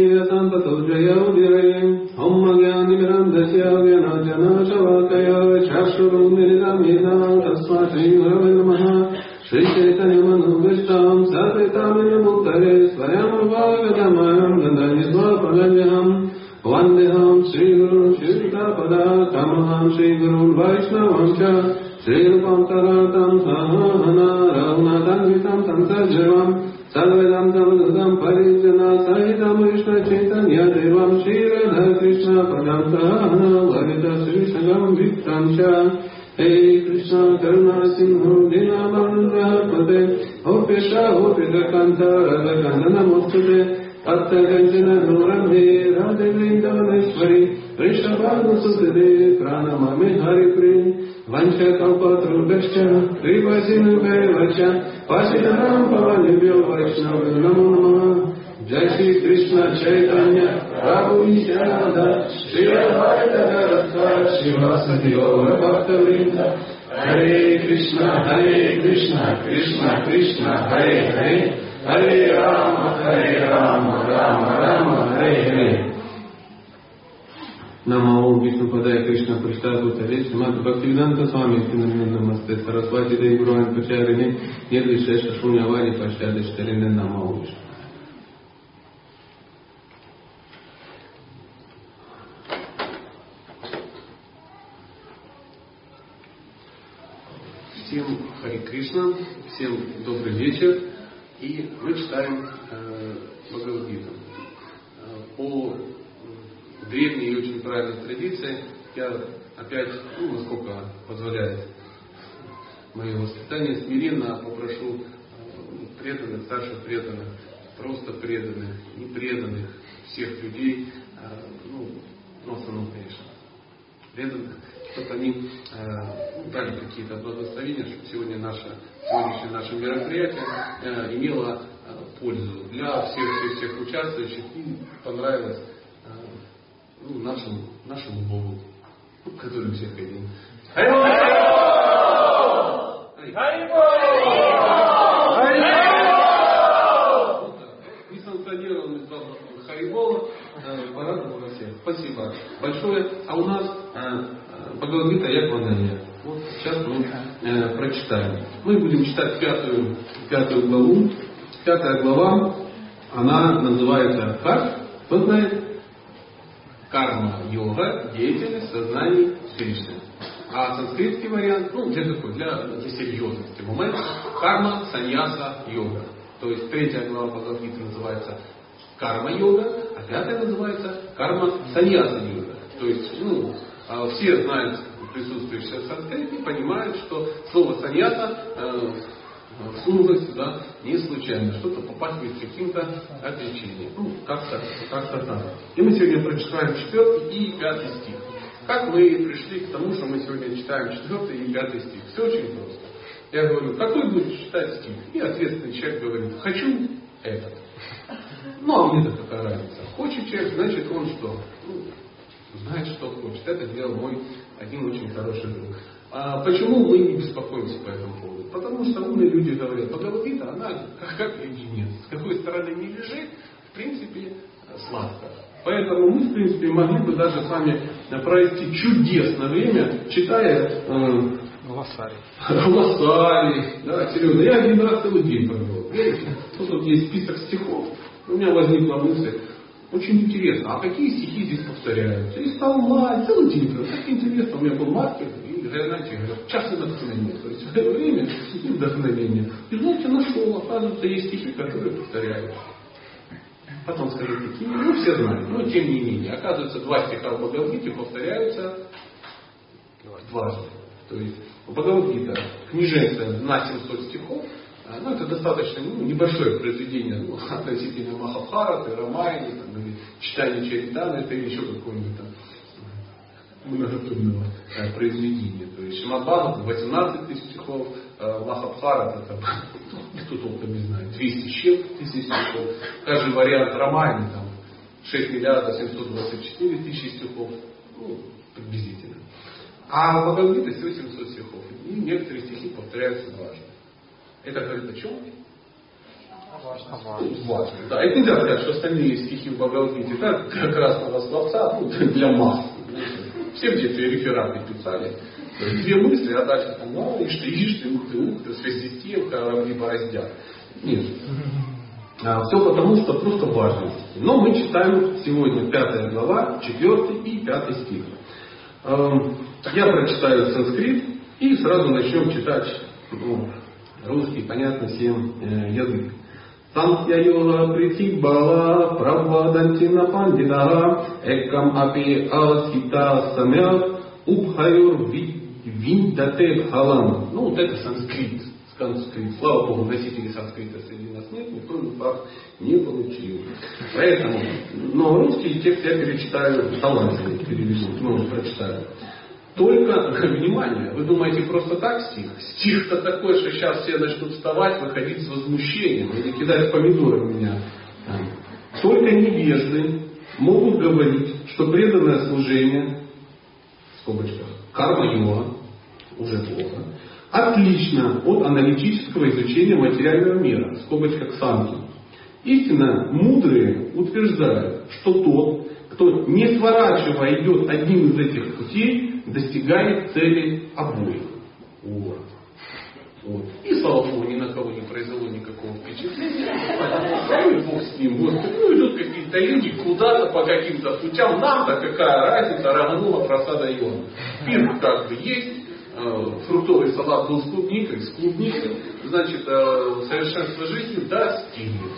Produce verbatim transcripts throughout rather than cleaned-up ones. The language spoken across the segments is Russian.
Jaya Sampato Jaya Udiraye Om Magyani Mirandasya Vyana Jana Shavakaya Chashuru Miridamina Tasma Shri Gurave Namaha Shri Chaitanya Manu Vishtam Sarvitamaya Muktare Swayam Bhagavatam Dandani Swapalanyam Vandeham Shri Guru Shirtapada Tamaham Shri Guru Vaishnavam Cha Shri Rupam Taratam Sahana Raghunathan Vitam Tamsajjavam Salvedam Tam Parijana Sahitam Vishna Chaitanya Devam Shri Radha Krishna Padam Sahana Varita Shri Sangam Viktam Cha Hey Krishna Karuna Sindhu Dinabandha Pate Hopesha Hopeka Kanta Radha Kandana Mokshate Atta Kanchana Nuradhe Radhe Vrindavaneshwari Rishabhanu Sudade Pranamame Hari Pri Vancha Kalpatrubhascha Kripasinu Vacha Pasidanam Pavanibhyo Vaishnava Namo Namaha Jai Shri Krishna Chaitanya Prabhu Nityananda Shri Advaita Radha Shivasati Gaura Bhakta Vrinda Hare Krishna Hare Krishna Krishna Krishna Hare Hare Hare Rama Hare Rama Rama Rama Hare Hare Намо Вишну Падая Кришна Праштаду Таре Шримад Бхактивиданта Свами Синамин Намасте Сарасвати Дей Гуруан Пачарине Нирвишеша Шуньявари Пашады Штарине Намо Вишну. Всем Хари Кришна, всем добрый вечер. И мы читаем э, Бхагавад-гиту. Э, по древней и очень правильной традиции я опять, ну, насколько позволяет мое воспитание, смиренно попрошу э, преданных, старших преданных, просто преданных, непреданных, всех людей, э, ну, в основном, конечно, преданных, чтобы они э, дали какие-то благословения, чтобы сегодня наше, сегодняшнее наше мероприятие э, имело э, пользу для всех, всех, всех участвующих и понравилось э, ну, нашему, нашему Богу, который всех один. Харибол! Харибол! Несанкционированный запах Харибола порадовал всех. Спасибо большое. А у нас Бхагавад-гита Ягвадания. Вот сейчас мы э, прочитаем. Мы будем читать пятую, пятую главу. Пятая глава, она называется как? Кто знает? Карма-йога, деятельность сознания Кришны. А санскритский вариант, ну, для такой, для, для серьезности момента, карма-саньяса-йога. То есть третья глава Бхагавад-гиты называется карма-йога, а пятая называется карма-саньяса-йога. То есть, ну, все знают, присутствующие в санскрите, понимают, что слово саньяса э, всунулось сюда не случайно, что-то попахивает каким-то отречением. Ну, как-то, как-то так. И мы сегодня прочитаем четвертый и пятый стих. Как мы пришли к тому, что мы сегодня читаем четвертый и пятый стих? Все очень просто. Я говорю, какой будешь читать стих? И ответственный человек говорит, хочу этот. Ну, а мне-то какая разница? Хочет человек, значит он что? Ну, знает, что хочет. Это делал мой один очень хороший друг. А почему мы не беспокоимся по этому поводу? Потому что умные люди говорят, Бхагавад-гита, она как, как леденец. С какой стороны не лежит, в принципе, сладко. Поэтому мы, в принципе, могли бы даже с вами провести чудесное время, читая э, Глоссарий. Глоссарий. Да, серьезно. Я один раз целый день провел. Видите? Тут вот есть список стихов. У меня возникла мысль. Очень интересно, а какие стихи здесь повторяются? И стал лать, целый день. Так интересно, у меня был маркер, и, знаете, час и вдохновение. То есть время и вдохновение. И знаете, нашел, оказывается, есть стихи, которые повторяются. Потом скажу, какие, ну все знают, но тем не менее. Оказывается, два стиха в Бхагавад-гите повторяются дважды. То есть Бхагавад-гита, книженция на семьсот стихов, ну, это достаточно ну, небольшое произведение ну, относительно Махабхараты, Рамайны, там, или читания Чаританы, это или еще какое-нибудь там многотомного э, произведения. То есть Шримад-Бхагаватам восемнадцать тысяч стихов, э, Махабхарата, там, кто толком не знает, двести с чем тысяч стихов. Каждый вариант Рамайны, там, шесть миллиардов семьсот двадцать четыре тысячи стихов, ну, приблизительно. А в Бхагавад-гите всего семьсот стихов. И некоторые стихи повторяются дважды. Это говорит о чем? Важно. Да, это нельзя сказать, что остальные стихи в Бхагавад-гите, да, красного словца, ну, для масс. Все в детстве рефераты писали. Две мысли, а дальше там, ну, ишь ты, ишь ты, ух ты, ух ты, связь систем, либо раздят. Нет. А, все потому, что просто важно. Но мы читаем сегодня пятая глава, четвертый и пятый стих. Я прочитаю санскрит и сразу начнем читать ну, русский, понятно всем э, язык. Санхья йога притибала правадантина пандита экам апи асхита самят убхайур виндате халам. Ну вот это санскрит. Санскрит. Слава Богу, носителей санскрита среди нас нет, никто никак не получил. Поэтому, но русский текст я перечитаю талантливый, переведу, ну, прочитаю. Только, внимание, вы думаете просто так стих? Стих-то такой, что сейчас все начнут вставать, выходить с возмущением или кидать помидоры в меня. Только невежды могут говорить, что преданное служение, в скобочках, карма-йога, уже плохо, отлично от аналитического изучения материального мира, в скобочках самки. Истинно мудрые утверждают, что тот, кто не сворачивая идет одним из этих путей, достигает цели обоих. Вот. Вот. И слава Богу, ни на кого не произвело никакого впечатления. Ну и Бог с ним, Господи. Ну идут какие-то люди куда-то по каким-то путям. Нам-то какая разница, рагнула просада Иона. Пир как бы есть. Фруктовый салат был с клубникой, с клубникой, значит, совершенство жизни достигнет.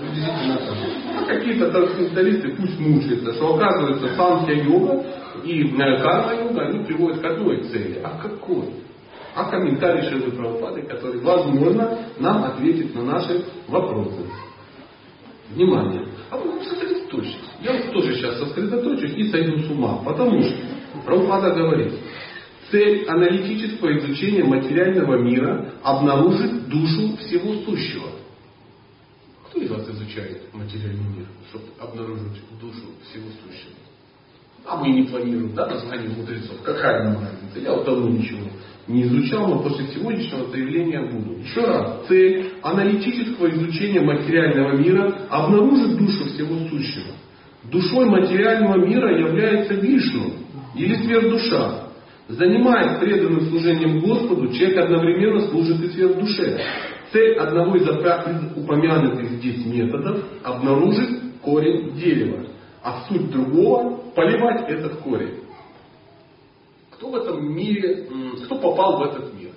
А какие-то трансценденталисты пусть мучаются, что оказывается санхья-йога и карма-йога, они приводят к одной цели. А какой? А комментарий Шрилы Прабхупады, который, возможно, нам ответит на наши вопросы. Внимание. А вы сосредоточьтесь. Я вот тоже сейчас сосредоточусь и сойду с ума. Потому что Прабхупада говорит, цель аналитического изучения материального мира обнаружит душу всего сущего. Кто из вас изучает материальный мир, чтобы обнаружить душу всего сущего? А мы не планируем, да, название мудрецов. Какая нам разница? Я вот давно ничего не изучал, но после сегодняшнего заявления буду. Еще раз. Цель аналитического изучения материального мира обнаружит душу всего сущего. Душой материального мира является Вишну или сверхдуша. Занимаясь преданным служением Господу, человек одновременно служит и сверхдуше. Цель одного из упомянутых здесь методов – обнаружить корень дерева, а суть другого – поливать этот корень. Кто в этом мире, кто попал в этот мир?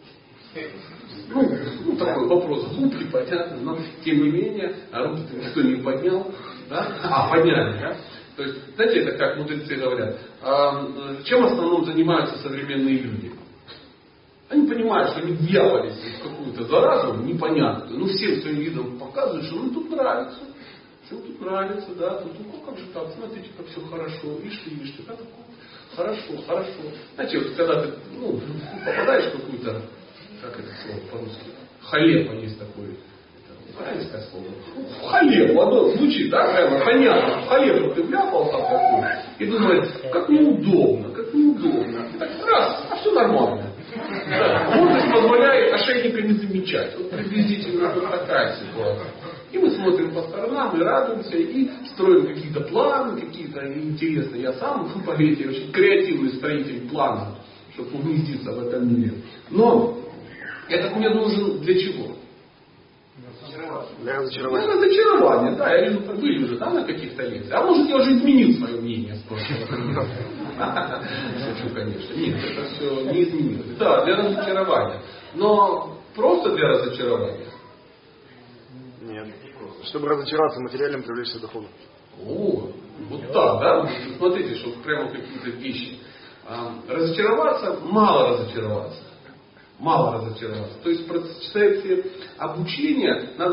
Ну, ну такой вопрос глупый, понятно, но тем не менее, а руки-то никто не поднял, да? А, подняли, да? То есть, знаете, это как мудрецы говорят, чем в основном занимаются современные люди? Они понимают, что они въявились в какую-то заразу непонятную. Ну, всем своим видом показывают, что ну тут нравится. Что тут нравится, да. Тут, ну как же так, смотрите, как все хорошо. Ишь ты, ишь ты, как хорошо, хорошо. Знаете, вот когда ты ну, попадаешь в какую-то, как это слово по-русски, халепа есть такое. Украинское слово. Халеп, оно звучит, да, прямо понятно. В халепу ты вляпался такой и думаешь, как неудобно, как неудобно. И так раз, а все нормально. Да. Мудрость позволяет ошейника не замечать. Вот приблизительно вот такая ситуация. И мы смотрим по сторонам и радуемся, и строим какие-то планы, какие-то интересные. Я сам, поверьте, очень креативный строитель планов, чтобы уместиться в этом мире. Но этот мне нужен для чего? Для разочарования. Для разочарования, да. Я вижу, были уже да, на каких-то лекциях. А может, я уже изменил свое мнение с прошлого. Шучу, конечно. Нет, это все не изменилось. Да, для разочарования. Но просто для разочарования. Нет. Чтобы разочароваться материальным, привлечься духовно. О, вот так, да? Смотрите, что прямо какие-то вещи. Разочароваться, мало разочароваться. Мало разочароваться. То есть в процессе обучения, я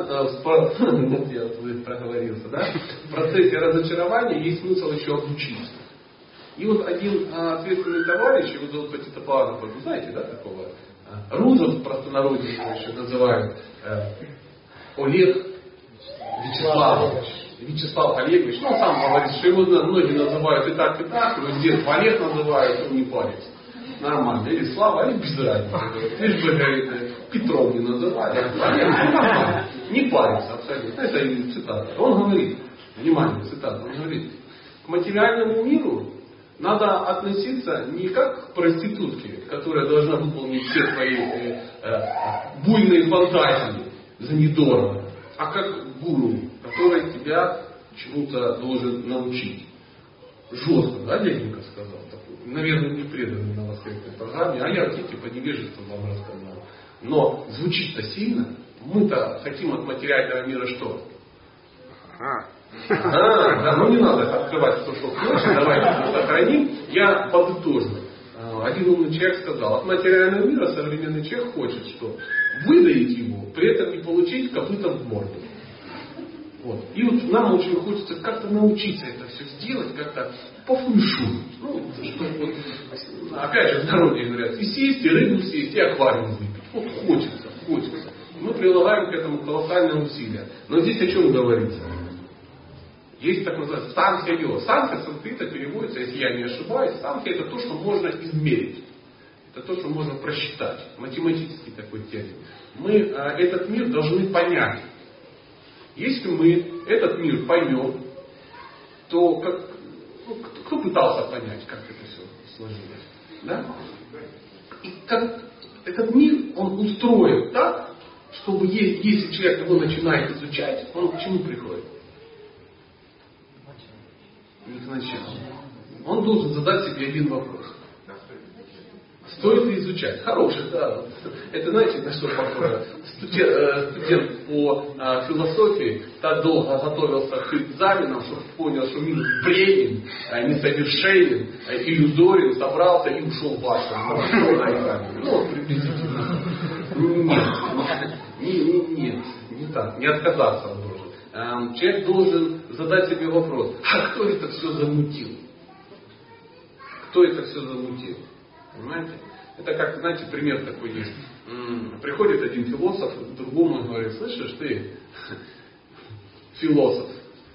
вот проговорился, да? В процессе разочарования есть смысл еще обучиться. И вот один ответственный товарищ, его зовут Патитапану, вы знаете, да, такого? Рузов в простонародье его еще называют. Олег Вячеславович. Вячеслав Олегович. Ну, он сам говорит, что его многие называют и так, и так. Его с детства Олег называют, он не парится. нормально. Или Слава, или без разницы. Лишь бы, говорит, Петром не называли. А нет, нормально. Не парится абсолютно. Это цитата. Он говорит, внимание, цитата, он говорит, к материальному миру надо относиться не как к проститутке, которая должна выполнить все твои э, э, буйные фантазии за недорого, а как к гуру, который тебя чему-то должен научить. Жестко, да, дяденька сказал? Такой, наверное, не преданный на воскресной программе, а я, видите, по невежеству вам рассказал. Но звучит-то сильно. Мы-то хотим от материального мира что? А. А, да, ну не надо открывать сто шок ночи, давайте сохраним. Я подытожу. Один умный человек сказал, от материального мира современный человек хочет, что выдаить его, при этом не получить копытом в морду. Вот. И вот нам очень хочется как-то научиться это все сделать, как-то по фэншую. Ну, что, вот, опять же, в народе говорят, и сесть, и рыбу съесть, и аквариум выпить. Вот хочется, хочется. Мы прилагаем к этому колоссальные усилия. Но здесь о чем говорится? Есть так называемая санхья йога. Санхья санскрита переводится, если я не ошибаюсь, санхья это то, что можно измерить. Это то, что можно просчитать. Математический такой термин. Мы а, этот мир должны понять. Если мы этот мир поймем, то как, ну, кто, кто пытался понять, как это все сложилось? Да? И как этот мир, он устроен так, чтобы если человек его начинает изучать, он к чему приходит? Не к началу. Он должен задать себе один вопрос. Стоит ли изучать? Хороший, да. Это знаете, на что похоже? Студент, студент по а, философии так долго готовился к экзаменам, что понял, что мир бреден, несовершенен, иллюзорен, собрался и ушел в ад. Ну, приблизительно. Нет, не, не, нет, не так, не отказаться он должен. Человек должен задать себе вопрос, а кто это все замутил? Кто это все замутил? Понимаете? Это как, знаете, пример такой есть. Приходит один философ к другому и говорит, слышишь, ты философ,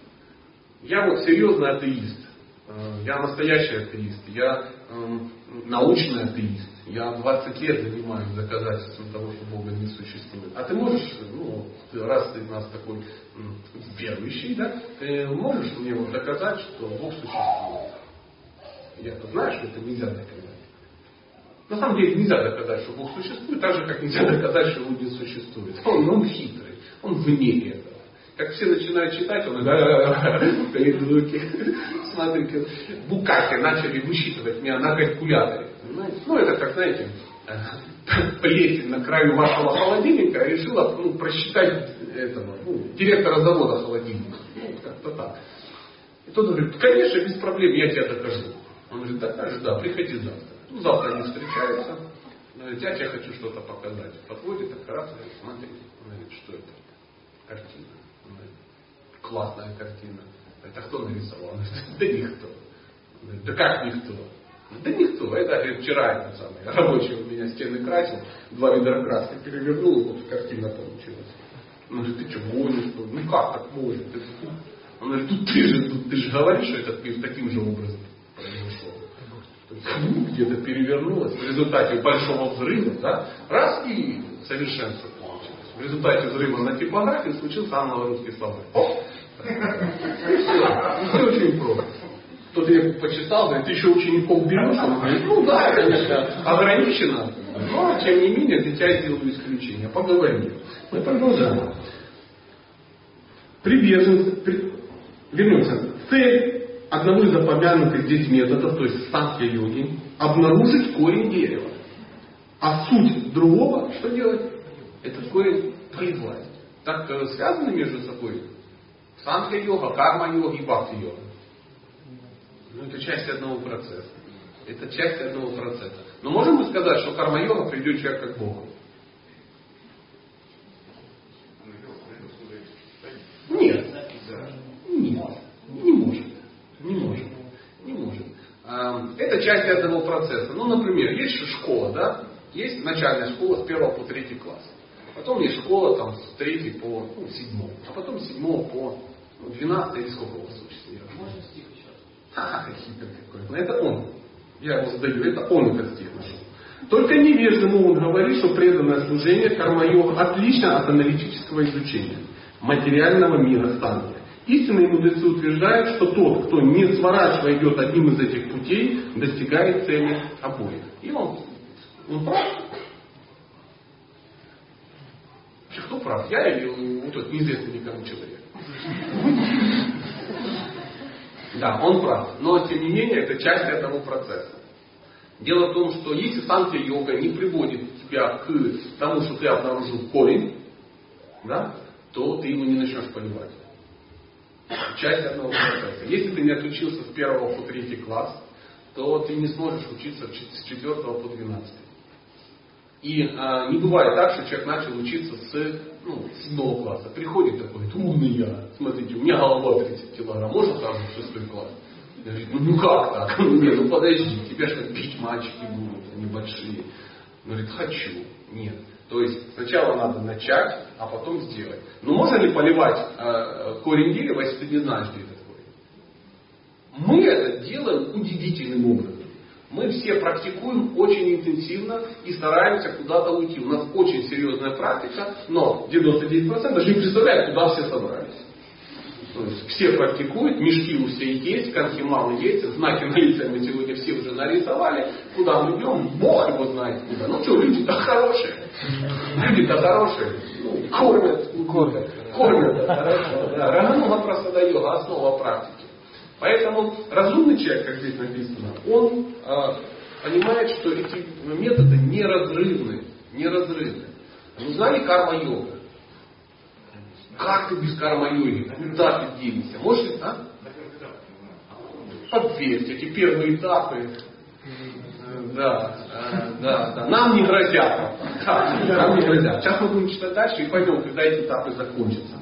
я вот серьезный атеист, я настоящий атеист, я научный атеист, я двадцать лет занимаюсь доказательством того, что Бога не существует. А ты можешь, ну, раз ты у нас такой верующий, да, ты можешь мне вот доказать, что Бог существует? Я-то знаю, что это нельзя доказать. На самом деле нельзя доказать, что Бог существует, так же, как нельзя доказать, что его не существует. Он, он хитрый, он вне этого. Как все начинают читать, он стоит в руки. Смотрите, букаки начали высчитывать меня на калькуляторе. Понимаете? Ну, это как, знаете, плесень на краю вашего холодильника решила ну, просчитать этого, ну, директора завода холодильника. Ну, как-то так. И тот говорит, конечно, без проблем, я тебе докажу. Он говорит, докажешь, да, приходи завтра. Ну, завтра они встречаются. Он говорит, я тебе хочу что-то показать. Подводит, так раз, говорит, смотри. Он говорит, что это? Картина. Он говорит, классная картина. Это кто нарисовал? Он говорит, да никто. Он говорит, да как никто? Да никто. Это, говорит, вчера этот самый рабочий у меня стены красил, два ведра краски перевернул, и вот картина получилась. Он говорит, ты что, гонишь? Ну как так может? Он говорит, ну ты же, ты же говоришь, что этот мир таким же образом произошел. Где-то перевернулось в результате большого взрыва, да, раз и совершенство получилось. В результате взрыва на типографии случился ангело-русский словарь. Оп! И все. И все очень просто. Кто-то я почитал, говорит, ты еще учеников берешь? Он говорит, ну да, конечно, ограничено, но тем не менее для тебя сделаю исключение. Поговорим. Мы продолжаем. Приверженцы, при... вернемся. Цель одного из упомянутых здесь методов, то есть санхья-йоги, обнаружить корень дерева. А суть другого, что делать? Этот корень проявлять. Так связаны между собой санхья-йога, карма-йога и бхакти-йога. Ну, это часть одного процесса. Это часть одного процесса. Но можем мы сказать, что карма-йога приведет человека к Богу? Нет. Нет. Не может. Не может. Не может. Это часть одного процесса. Ну, например, есть же школа, да? Есть начальная школа с первого по третий класс. Потом есть школа там, с третьего по ну, седьмой. А потом с седьмого по двенадцатый или сколько у вас учится? Можно стих еще? Ха-ха, хитрый какой. Но это он. Я ему задаю, это он это сделал. Только невеждому он говорит, что преданное служение карма-йога отлично от аналитического изучения материального мира санки. Истинные мудрецы утверждают, что тот, кто не сворачивая идет одним из этих путей, достигает цели обоих. И он, он прав. Кто прав? Я или вот тот неизвестный никому человек? Да, он прав. Но, тем не менее, это часть этого процесса. Дело в том, что если санкья-йога не приводит тебя к тому, что ты обнаружил корень, да, то ты его не начнешь понимать. Часть одного процесса. Если ты не отучился с первого по третий класс, то ты не сможешь учиться с четвертого по двенадцатый. И а, не бывает так, что человек начал учиться с ну, седьмого класса. Приходит такой, умный я, смотрите, у меня голова тридцать килограмм, можно сразу в шестой класс? Я говорю, ну, ну как так? Ну, нет, ну подожди, тебя же бить мальчики будут, они большие. Он говорит, хочу. Нет. То есть сначала надо начать, а потом сделать. Но можно ли поливать э, корень дерева, если ты не знаешь, где этот корень? Мы это делаем удивительным образом. Мы все практикуем очень интенсивно и стараемся куда-то уйти. У нас очень серьезная практика, но девяносто девять процентов даже не представляют, куда все собрались. То есть все практикуют, мешки у всех есть, концы мало есть, знаки на лице мы сегодня все уже нарисовали. Куда мы идем, Бог его знает куда. Ну что, люди-то хорошие. Люди-то хорошие. Ну, кормят, кормят. Кормят, хорошо. Да. Ранануга прасада-йога, основа практики. Поэтому разумный человек, как здесь написано, он э, понимает, что эти методы неразрывны. Неразрывны. Нужна ли карма-йога? Как ты без карма-йоги? Куда ты денешься? Можешь ли, а? Поверьте, эти первые этапы, да, да, да, нам не грозят. Да, нам не грозят. Сейчас мы будем читать дальше и пойдем, когда эти этапы закончатся.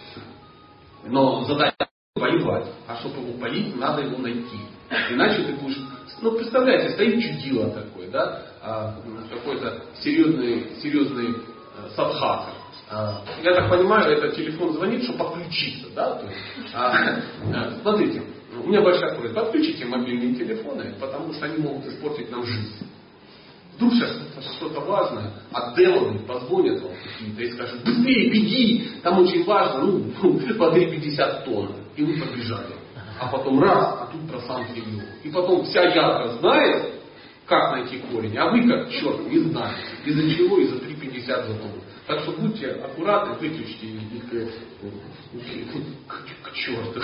Но задача воевать. А чтобы его полить, надо его найти. Иначе ты будешь... Ну, представляете, стоит чудило такое, да? А, какой-то серьезный, серьезный садхака. А, я так понимаю, это телефон звонит, чтобы подключиться, да? То есть, а, а, смотрите, у меня большая просьба. Подключите мобильные телефоны, потому что они могут испортить нам жизнь. Вдруг сейчас что-то важное, а демоны позвонят вам какие-то и скажут, быстрее, беги, там очень важно, ну, по три пятьдесят тонн. И вы побежали. А потом раз, а тут про санкья-йогу. И потом вся ядра знает, как найти корень, а вы как черт не знаете. Из-за чего? Из-за три пятьдесят за тонну. Так что будьте аккуратны, выключите их к, к, к черту.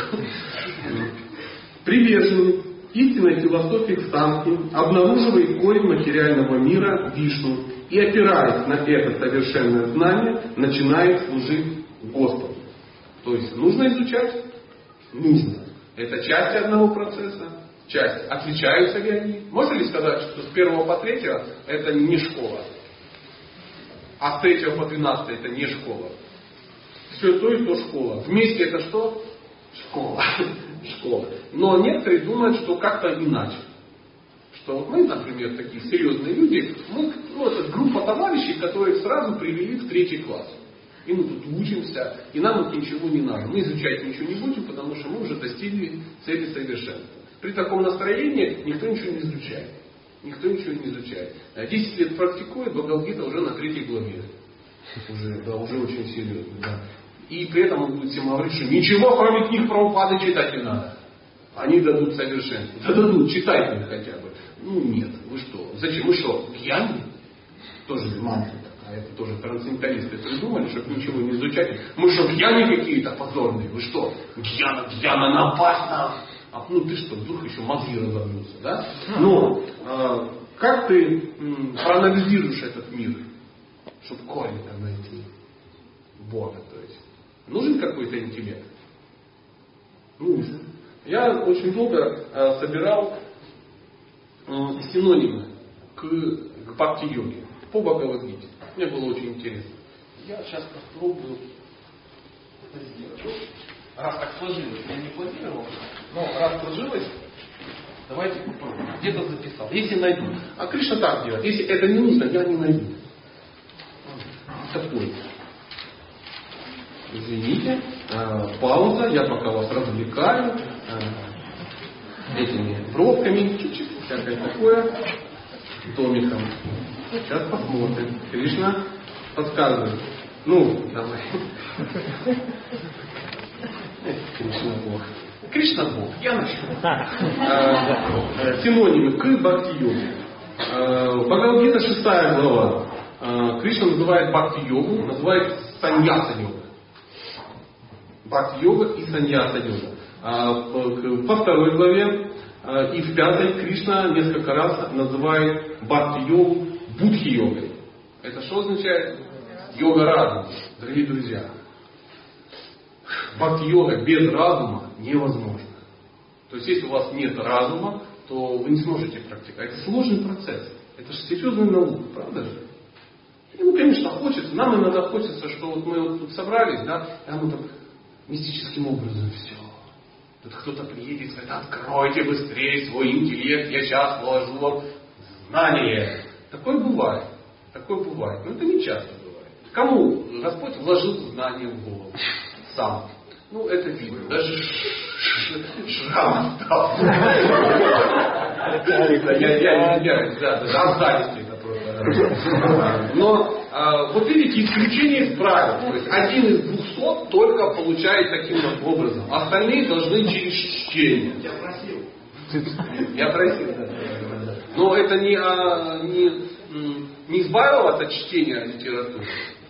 Приверженец истинной философии санки обнаруживает корень материального мира Вишну и, опираясь на это совершенное знание, начинает служить Господу. То есть нужно изучать? Нужно. Это часть одного процесса, часть. Отличаются ли они? Можно ли сказать, что с первого по третьего это не школа, а с третьего по двенадцатое это не школа? Все то и то школа. Вместе это что? Школа. Школа. Но некоторые думают, что как-то иначе. Что вот мы, например, такие серьезные люди, мы, ну, это группа товарищей, которые сразу привели в третий класс. И мы тут учимся, и нам вот ничего не надо. Мы изучать ничего не будем, потому что мы уже достигли цели совершенства. При таком настроении никто ничего не изучает. Никто ничего не изучает. Десять лет практикует, Бхагавад-гита уже на третьей главе. Уже, да, уже очень серьезно. Да. И при этом он будет всем говорить, что ничего кроме книг Прабхупады читать не надо. Они дадут совершенство. Да дадут, читайте хотя бы. Ну нет, вы что? Зачем? Вы что, пьяны? Тоже мантра такая, это тоже трансценденталисты придумали, чтобы ничего не изучать. Мы что, пьяны какие-то позорные? Вы что? Пьяно, пьяно напасть нам. А ну ты что, вдруг еще мозги разогнутся, да? Но э, как ты м, проанализируешь этот мир, чтобы корень там найти Бога, то есть нужен какой-то интеллект? Нужен. Я очень долго э, собирал э, синонимы к, к бхакти-йоге по Бхагавад-гите. Мне было очень интересно. Я сейчас попробую это сделать. Раз так сложилось, я не планировал, но раз сложилось, давайте попробуем. Где-то записал. Если найду. А Кришна так делает. Если это не нужно, я не найду. Такой. Извините. Э, пауза. Я пока вас развлекаю э, этими бровками. Чуть-чуть. всякое такое домиком. Сейчас посмотрим. Кришна подсказывает. Ну, давай. Кришна Бог. Кришна Бог. Я начну. Синонимы к бхакти-йоге. Бхагавад-гита шестая глава. Кришна называет бхакти-йогу, называет саньяса-йога. Бхакти-йога и саньяса-йога. Во второй главе и в пятой Кришна несколько раз называет бхакти-йогу будхи-йогой. Это что означает? Йога разума, дорогие друзья. Бхакти-йога без разума невозможна. То есть, если у вас нет разума, то вы не сможете практиковать. Это сложный процесс. Это же серьезная наука, правда же? И, ну, конечно, хочется. Нам иногда хочется, что вот мы вот тут собрались, да, и оно так мистическим образом все. Тут кто-то приедет и скажет: откройте быстрее свой интеллект, я сейчас вложу вам знание. Такое бывает. Такое бывает. Но это не часто бывает. Кому Господь вложил знание в голову? Сам. Ну, это видно. Даже шрам остался. Я извиняюсь, да, даже от зависти это просто. Но вот видите, исключение из правил. То есть один из двухсот только получает таким образом. Остальные должны через чтение. Я просил. Я просил, да. Но это не, а, не, не избавило вас от чтения литературы.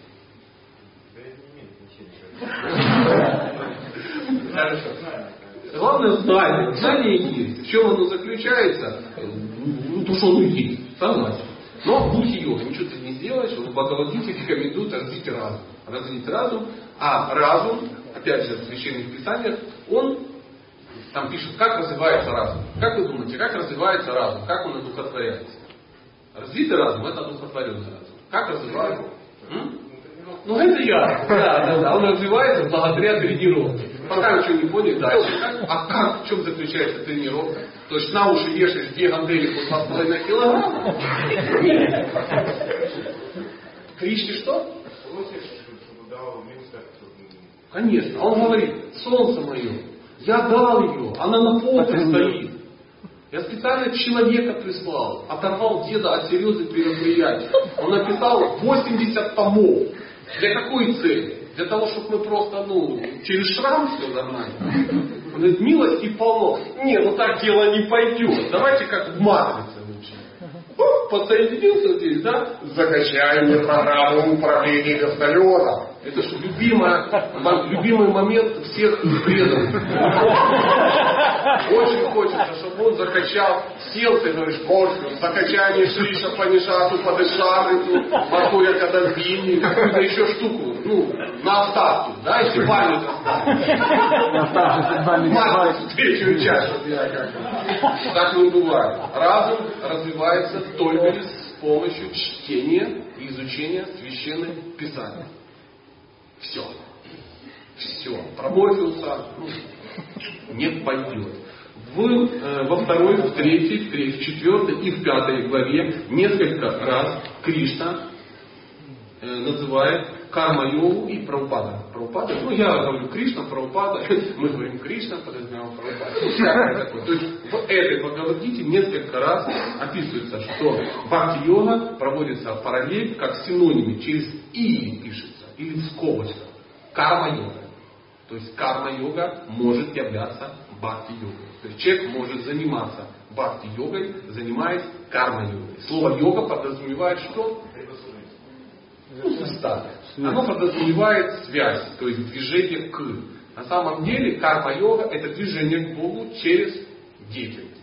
Хорошо. Главное знание. Знание есть. В чем оно заключается? Ну, то, что оно есть. Согласен. Но будхи-йога. Ничего ты не сделаешь. Он в Бхагавад-гите рекомендует развить разум. Развить разум. А разум, опять же, в священных писаниях, он там пишет, как развивается разум. Как вы думаете, как развивается разум? Как он одухотворяется? Развитый разум — это одухотворенный разум. Как развивается? М? Ну это я. Да, да, да. Он развивается благодаря тренировке. Пока ничего не поняли, дальше. А как? В чем заключается тренировка? То есть на уши вешаешь две гантели по два с половиной килограмма? Нет. Кришне что? Конечно. Он говорит: солнце мое, я дал ее, она на полке стоит. Я специально человека прислал, оторвал деда от серьезных мероприятий. Он написал восемьдесят томов. Для какой цели? Для того, чтобы мы просто, ну, через шрам все нормально. Он говорит: милости полно. Не, ну так дело не пойдет. Давайте как в матрице лучше. Подсоединился здесь, да? Закачай мне программу управления вертолетом. Это же любимая, любимый момент всех преданных. Очень хочется, чтобы он закачал, сел, ты говоришь: Боже, закачай мне шиша, панишату, падышарицу, махуя кадамбини, какую-то еще штуку, ну, на остатку, да, если память оставить. Матрицу, третью часть. Так не бывает. Разум развивается только лишь с помощью чтения и изучения священных писаний. Все. Все. Проморфился, ну, не пойдет. В, э, во второй, в третьей, в третьей, в четвертой и в пятой главе несколько раз Кришна э, называет карма-йогу и Прабхупада. Прабхупада, ну я говорю Кришна, Прабхупада, мы говорим Кришна, подразумеваем Прабхупада. Ну, всякое такое. То есть в этой Бхагавад-гите несколько раз описывается, что бхакти-йога проводится параллель, как синонимы, через «и» пишется. Или в скобочках. Карма-йога. То есть карма-йога может являться бхакти-йогой. То есть человек может заниматься бхакти-йогой, занимаясь карма-йогой. Слово йога подразумевает что? Ну, состав. Оно подразумевает связь, то есть движение к. На самом деле карма-йога — это движение к Богу через деятельность.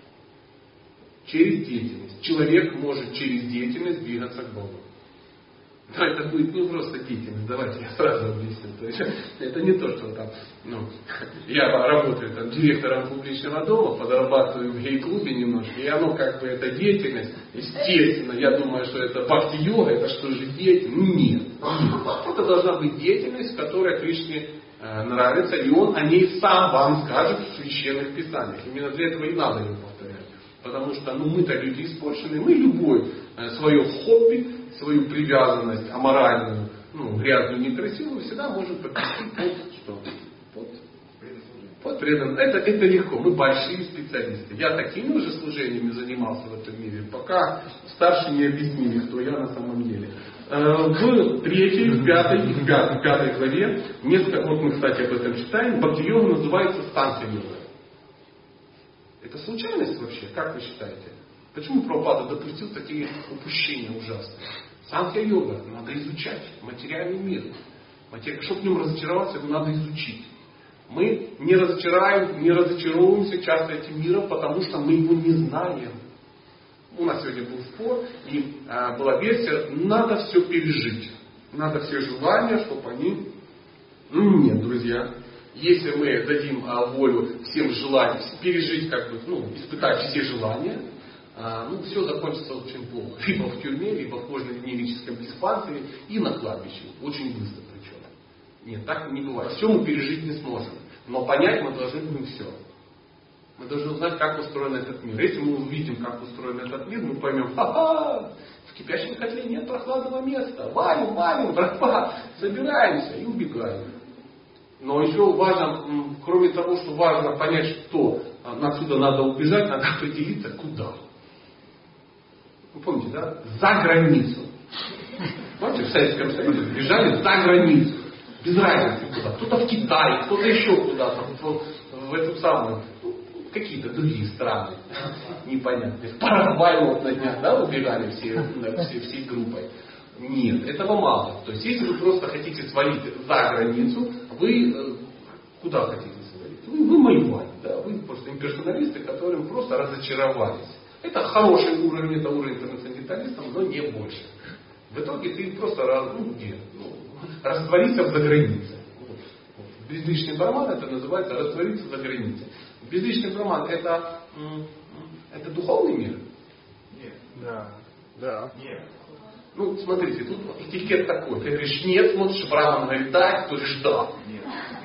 Через деятельность. Человек может через деятельность двигаться к Богу. Да, это будет не просто деятельность, давайте я сразу объясню. То есть, это не то, что там, ну, я работаю там директором публичного дома, подрабатываю в гей-клубе немножко, и оно как бы это деятельность, естественно, я думаю, что это бхакти-йога, это что же деятельность? Нет. Это должна быть деятельность, которая Кришне э, нравится, и он о ней сам вам скажет в священных писаниях. Именно для этого и надо его повторять. Потому что ну, мы-то люди испорченные, мы любое э, свое хобби, свою привязанность аморальную, ну, грязную, некрасивую, всегда можем подвести под что? Под, под преданность. Это, это легко. Мы большие специалисты. Я такими уже служениями занимался в этом мире, пока старшие не объяснили, кто я на самом деле. В третьей, в пятой, в пятой, в пятой главе, несколько, вот мы, кстати, об этом читаем, Бхакти-йога называется санкха-йога. Это случайность вообще? Как вы считаете? Почему Прабхупада допустил такие упущения ужасные? Санкха-йога надо изучать, материальный мир. Матери... Чтобы в нем разочароваться, его надо изучить. Мы не разочараем, не разочаровываемся часто этим миром, потому что мы его не знаем. У нас сегодня был спор, и а, была версия, надо все пережить. Надо все желания, чтобы они... Ну, нет, друзья. Если мы дадим а, волю всем желаниям, пережить, как бы, ну, испытать все желания, а, ну, все закончится очень плохо. Либо в тюрьме, либо в кожно-венерическом диспансере и на кладбище. Очень быстро причем. Нет, так не бывает. Все мы пережить не сможем. Но понять мы должны будем все. Мы должны узнать, как устроен этот мир. Если мы увидим, как устроен этот мир, мы поймем, ха-ха, в кипящем котле нет прохладного места. Валим, валим, братва, собираемся и убегаем. Но еще важно, кроме того, что важно понять, что отсюда надо убежать, надо определиться, куда. Вы помните, да? За границу. Помните, в Советском Союзе бежали за границу. Без разницы куда. Кто-то в Китай, кто-то еще куда-то. В, в эту самую, какие-то другие страны. Непонятные. В Парагвай вот на днях, да, убегали все, все, всей группой. Нет, этого мало. То есть, если вы просто хотите свалить за границу, вы куда хотите свалить? Вы, вы воевали, да? Вы просто имперсоналисты, которым просто разочаровались. Это хороший уровень, это уровень трансценденталистов, но не больше. В итоге ты просто раз, ну, где? Ну, раствориться в загранице. Вот. Безличный браман это называется раствориться за границей. Безличный браман это, это духовный мир? Нет. Да. Да. Нет. Ну, смотрите, тут этикет такой. Ты говоришь нет, смотришь, браман говорит да, ты говоришь да. Нет.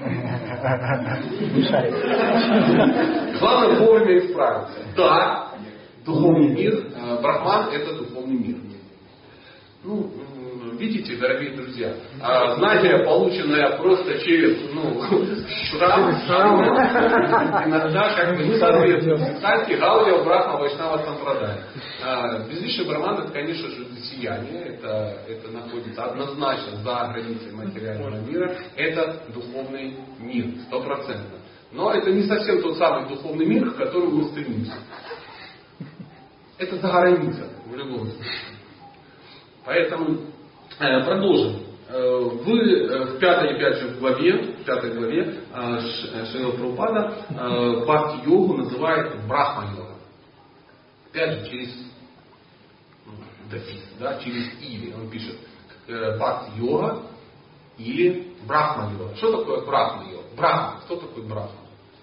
Главное вовремя исправиться. Да, духовный мир, брахман это духовный мир. Ну, видите, дорогие друзья, знание, полученное просто через ну, шрам, иногда как бы не соответствует. Кстати, Гаудия Брахма Вайшнава Сампрадай. Безличный браман это, конечно же, сияние, это, это находится однозначно за границей материального мира, это духовный мир, стопроцентно. Но это не совсем тот самый духовный мир, к которому мы стремимся. Это за границей, в любом случае. Поэтому э, продолжим. Э, в, в пятой, опять же, в главе, в пятой главе э, Шрила Прабхупада э, бхакти-йогу называет брахма-йога. Опять же, через ну, дефис, да, через или. Он пишет э, бхакти-йога или брахма-йога. Что такое брахма-йога? Брахма. Кто такой брахма?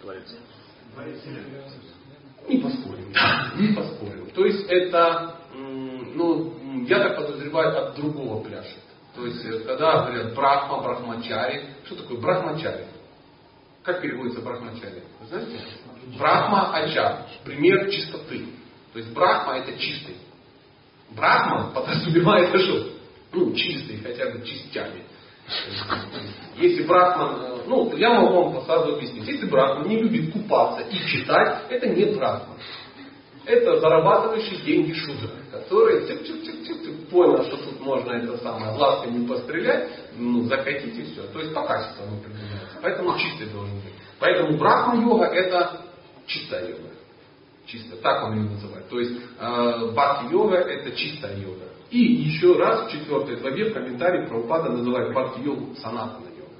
Не поспорим. Не поспорим. То есть это, ну, я так подозреваю, от другого пляшет. То есть, когда говорят брахма, брахмачари, что такое брахмачари? Как переводится брахмачари? Вы знаете? Брахма ачар. Пример чистоты. То есть брахма это чистый. Брахма подразумевает что? Ну, чистый, хотя бы частями. Если брахман, ну, я могу вам сразу объяснить. Если брахман не любит купаться и читать, это не брахман. Это зарабатывающий деньги шудра, которые тик-тик-тик-тик, понял, что тут можно это самое глазками пострелять, ну, закатить и все. То есть по качеству оно определяется. Поэтому чистый должен быть. Поэтому брахма-йога это чистая йога. Чисто, так он ее называет. То есть э, бхакти-йога это чистая йога. И еще раз в четвертой главе в комментарии Прабхупада называет бхакти-йогу санатана-йога.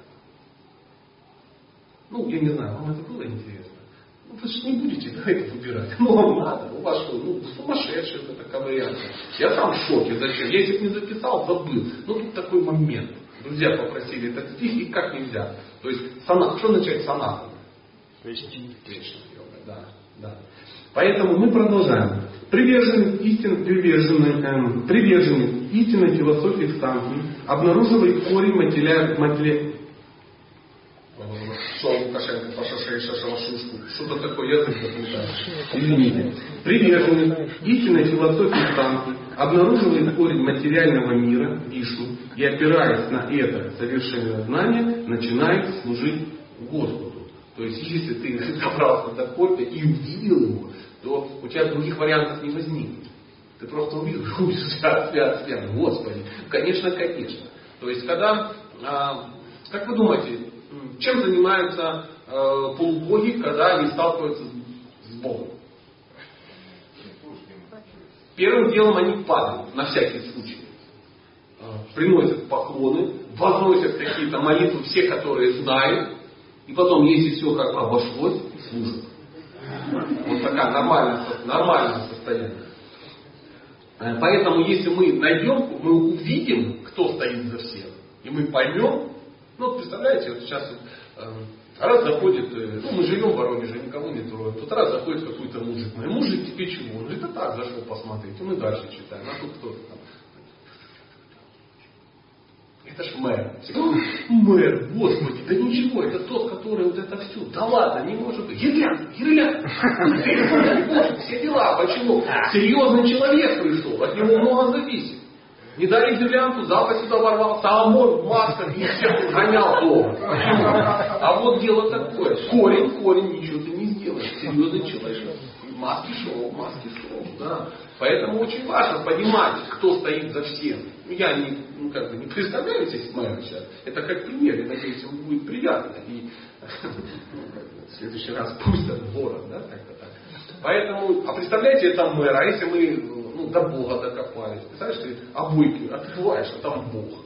Ну, я не знаю, вам это было интересно? Ну, вы же не будете да, это выбирать. Ну, вам надо. У вас что, ну, сумасшедший это ковырянка. Я сам в шоке. Зачем? Я если бы не записал, забыл. Ну, тут такой момент. Друзья попросили этот стих, и как нельзя. То есть, санат, что означает санатана? Вечная йога, да, да. Поэтому мы продолжаем. Приверженный истин, приверженный, эм, приверженный истинной философии санхи обнаруживает корень материального. Что Лукашенко по шашей шашал шушку. Что-то такое язык заплетает. Извините. Приверженный истинной философии санхи обнаруживает корень материального мира, Вишну, и опираясь на это совершенное знание, начинает служить Господу. То есть, если ты добрался до кофе и увидел его, то у тебя других вариантов не возникнет. Ты просто увидел, ой, свят, свят, свят, Господи. Конечно, конечно. То есть, когда, а, как вы думаете, чем занимаются а, полубоги, когда они сталкиваются с Богом? Первым делом они падают, на всякий случай. Приносят поклоны, возносят какие-то молитвы, все, которые знают. И потом, если все как бы обошлось, служат. Вот такая нормальное, нормальное состояние. Поэтому, если мы найдем, мы увидим, кто стоит за всем, и мы поймем, ну, представляете, вот сейчас раз заходит, ну, мы живем в Воронеже, никого не трогают, тут раз заходит какой-то мужик, ну, мужик тебе чего? Он говорит, да так, зашел посмотреть, и мы дальше читаем, а тут кто-то там. Это ж мэр. Мэр, Господи, да ничего, это тот, который вот это все. Да ладно, не может быть. Гирлянд, гирлянд. Все дела. Почему? Серьезный человек пришел, от него много зависит. Не дали гирлянду, запах сюда ворвался, а ОМОН в масках и всех гонял дома. А вот дело такое. Корень, корень, ничего ты не сделаешь. Серьезный человек. Маски шоу, маски шоу, да. Поэтому очень важно понимать, кто стоит за всем. Я не, ну, как бы не представляю здесь мэра сейчас. Это как пример, я надеюсь, ему будет приятно. И в следующий раз пусть там город, да, как-то так. Поэтому, а представляете, это мэр, а если мы ну, до Бога докопались, представляешь, ты обойки открываешь, а там Бог.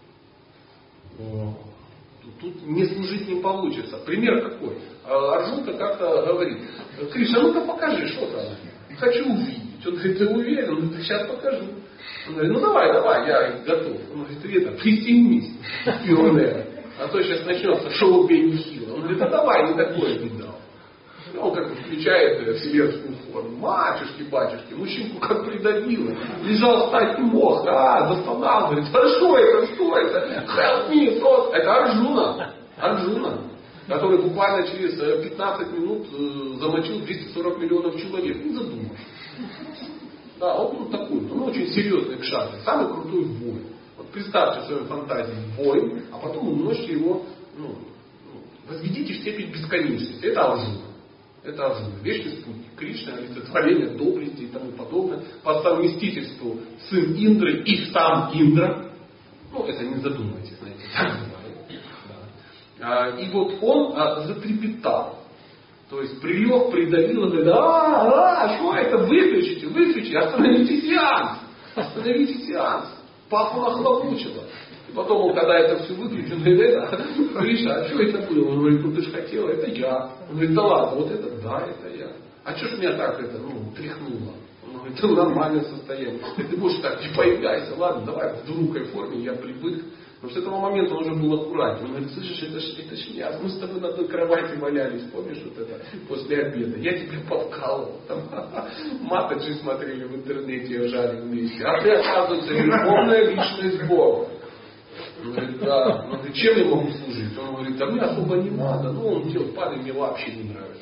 Тут, тут не служить не получится. Пример какой? Арджуна как-то говорит, Кришна, ну-ка покажи, что там. Хочу увидеть. Он говорит, ты уверен? Он говорит, сейчас покажу. Он говорит, ну давай, давай, я готов. Он говорит, ты это, пристегнись, пионер. А то сейчас начнется шоу «Бей Нихила». Он говорит, а давай, не такое видал. Он как бы включает вселенскую форму. Матюшки, батюшки, мужчинку как придавило. Лежал стать не мог, а, застонал. Говорит, а что это, что это? Help me, God. Это Арджуна. Арджуна. Который буквально через пятнадцать минут замочил двести сорок миллионов человек. Не задумавшись. Да, он, он такой, он очень серьезный кшатри, самый крутой воин. Вот представьте в своей фантазии воин, а потом умножьте его, ну, возведите в степень бесконечности. Это Арджуна. Это Арджуна. Вечный спутник Кришны, олицетворение доблести и тому подобное. По совместительству сын Индры и сам Индра. Ну, это не задумайтесь, знаете, так бывает. И вот он а, затрепетал. То есть прилег, придавил, и говорит, а, а, что это, выключите, выключите, остановите сеанс, остановите сеанс. Папу нахлобучило. И потом, он, когда это все выключил, он говорит, это, Кришна, а что это было? Он говорит, ну ты же хотела, это я. Он говорит, да ладно, вот это, да, это я. А что ж меня так это, ну, тряхнуло? Он говорит, это нормальное состояние. Ты будешь так, не появляйся, ладно, давай в другой форме, я привык. Но с этого момента он уже был аккуратен. Он говорит, слышишь, это ж, это ж я, мы с тобой на одной кровати валялись, помнишь вот это, после обеда. Я тебя подкалывал. Там, Матаджи смотрели в интернете, я жали вместе. А ты, оказывается, верховная личность Бога. Он говорит, да. Он говорит, чем я могу служить? Он говорит, да мне особо не надо. Ну, он делает, парень мне вообще не нравится.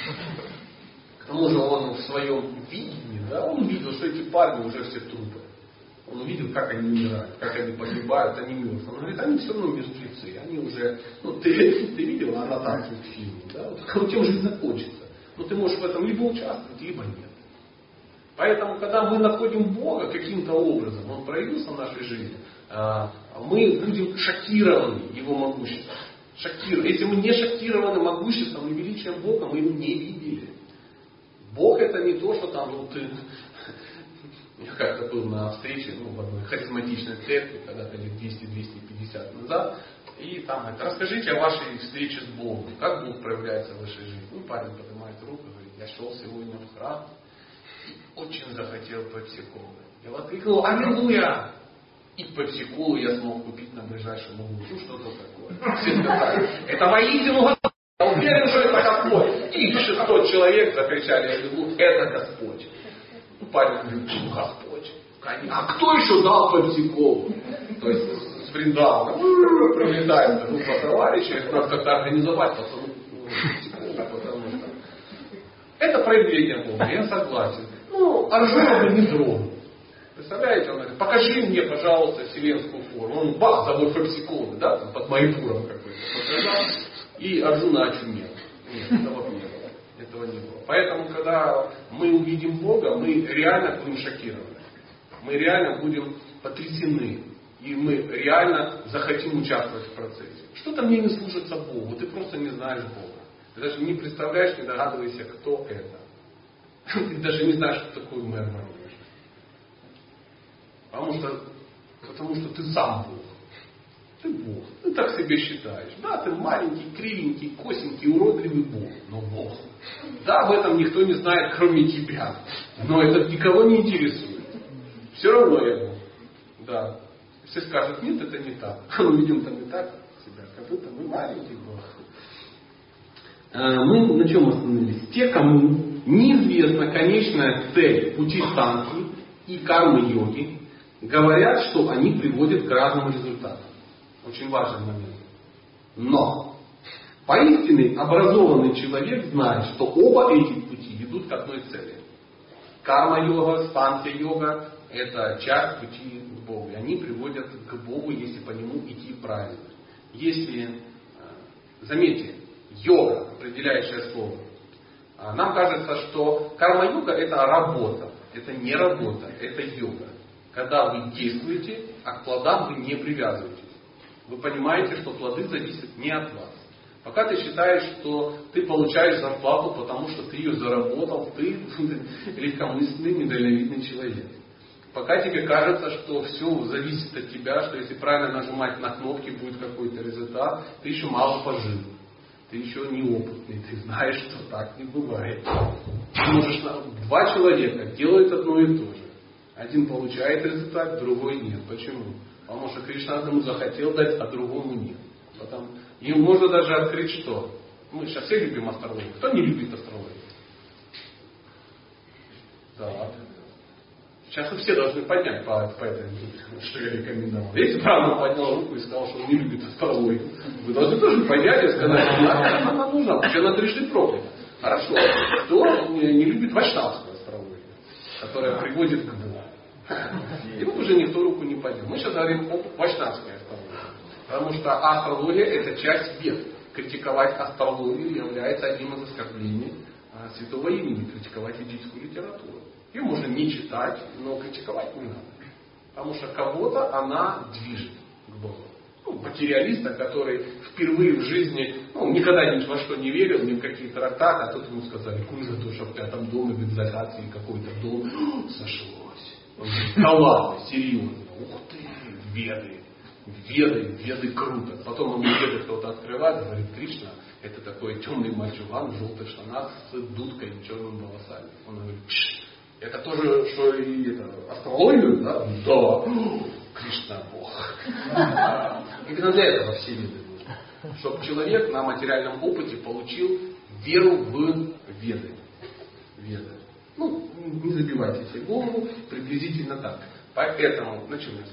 К тому же он в своем видении, да, он увидел, что эти парни уже все трупы. Он увидел, как они умирают, как они погибают, они мертвы. Он говорит, они все равно мертвецы. Они уже, ну ты, ты видел аннотацию к фильму, да? Вот тем жизнь закончится. Но ты можешь в этом либо участвовать, либо нет. Поэтому, когда мы находим Бога каким-то образом, Он проявился в нашей жизни, мы будем шокированы Его могуществом. Шокированы. Если мы не шокированы могуществом и величием Бога, мы Его не видели. Бог это не то, что там, ну ты... Я как-то был на встрече ну, в одной харизматичной церкви, когда-то лет двести-двести пятьдесят назад. И там говорит, расскажите о вашей встрече с Богом. Как Бог проявляется в вашей жизни? Ну, парень поднимает руку и говорит, я шел сегодня в храм и очень захотел пепси-колы. Я воскликнул, аллилуйя! И пепси-колу я смог купить на ближайшем углу. Ну, что-то такое. Все сказали, это воистину Господь. Я уверен, что это Господь. И шестьсот человек закричали, аллилуйя, это Господь. Ну, парень говорит, ну, Господь. А кто еще дал пепси-колу? То есть с Вриндавана прилетает группа товарищей, надо как-то организовать, потому, потому что это проявление Бога, я согласен. Ну, Арджуна бы не тронул. Представляете, он говорит, покажи мне, пожалуйста, вселенскую форму. Он бах, завод пепси-колы, да, там, под Майпуром какой-то показал. И Арджуна очумел. Нет, этого не было. Этого не было. Поэтому, когда мы увидим Бога, мы реально будем шокированы. Мы реально будем потрясены. И мы реально захотим участвовать в процессе. Что-то мне не служится Богу. Ты просто не знаешь Бога. Ты даже не представляешь, не догадываешься, кто это. Ты даже не знаешь, что такое мэр Воронеж. Потому что, потому что ты сам Бог. Ты Бог. Ты так себя считаешь. Да, ты маленький, кривенький, косенький, уродливый Бог. Но Бог. Да, об этом никто не знает, кроме тебя. Но это никого не интересует. Все равно я Бог. Да. Все скажут, нет, это не так. Мы видим там не так себя, как будто мы маленький Бог. Мы на чем остановились? Те, кому неизвестна конечная цель пути санки и кармы йоги, говорят, что они приводят к разным результатам. Очень важный момент. Но поистине образованный человек знает, что оба эти пути ведут к одной цели. Карма-йога, санкья-йога – это часть пути к Богу. И они приводят к Богу, если по нему идти правильно. Если, заметьте, йога, определяющее слово. Нам кажется, что карма-йога – это работа. Это не работа, это йога. Когда вы действуете, а к плодам вы не привязываетесь. Вы понимаете, что плоды зависят не от вас. Пока ты считаешь, что ты получаешь зарплату, потому что ты ее заработал, ты легкомысленный, недальновидный человек. Пока тебе кажется, что все зависит от тебя, что если правильно нажимать на кнопки, будет какой-то результат, ты еще мало пожил. Ты еще неопытный, ты знаешь, что так не бывает. Ты можешь, два человека делают одно и то же. Один получает результат, другой нет. Почему? Потому что Кришна одному захотел дать, а другому нет. Потому... И можно даже открыть что? Мы сейчас все любим астрологию. Кто не любит астрологию? Да. Сейчас вы все должны поднять по, по этой, что я рекомендовал. Если правда поднял руку и сказал, что он не любит астрологию, вы должны тоже поднять и сказать, что она нужна, потому что она трижды проклята. Хорошо. Кто не любит вайшнавскую астрологию, которая приводит к Богу? И вот уже никто руку не поднял. Мы сейчас говорим о вайшнавской астрологии. Потому что астрология – это часть вед. Критиковать астрологию является одним из оскорблений святого имени. Критиковать ведическую литературу. Ее можно не читать, но критиковать не надо. Потому что кого-то она движет к Богу. Ну, материалиста, который впервые в жизни ну, никогда ни во что не верил, ни в какие трактаты, а тут ему сказали, кузя, то, что в пятом доме в изоляции какой-то дом сошлось. Он говорит, да ладно, серьезно, ух ты, веды, веды, веды круто. Потом ему веды кто-то открывает, говорит, Кришна, это такой темный мальчуган в желтых штанах с дудкой и черными волосами. Он говорит, пш, это тоже, что и это, астрологию, да? Да. Кришна Бог. Именно для этого все веды нужны. Чтобы человек на материальном опыте получил веру в веды. Веды. Ну, не забивайте себе голову, приблизительно так. Поэтому, на чем я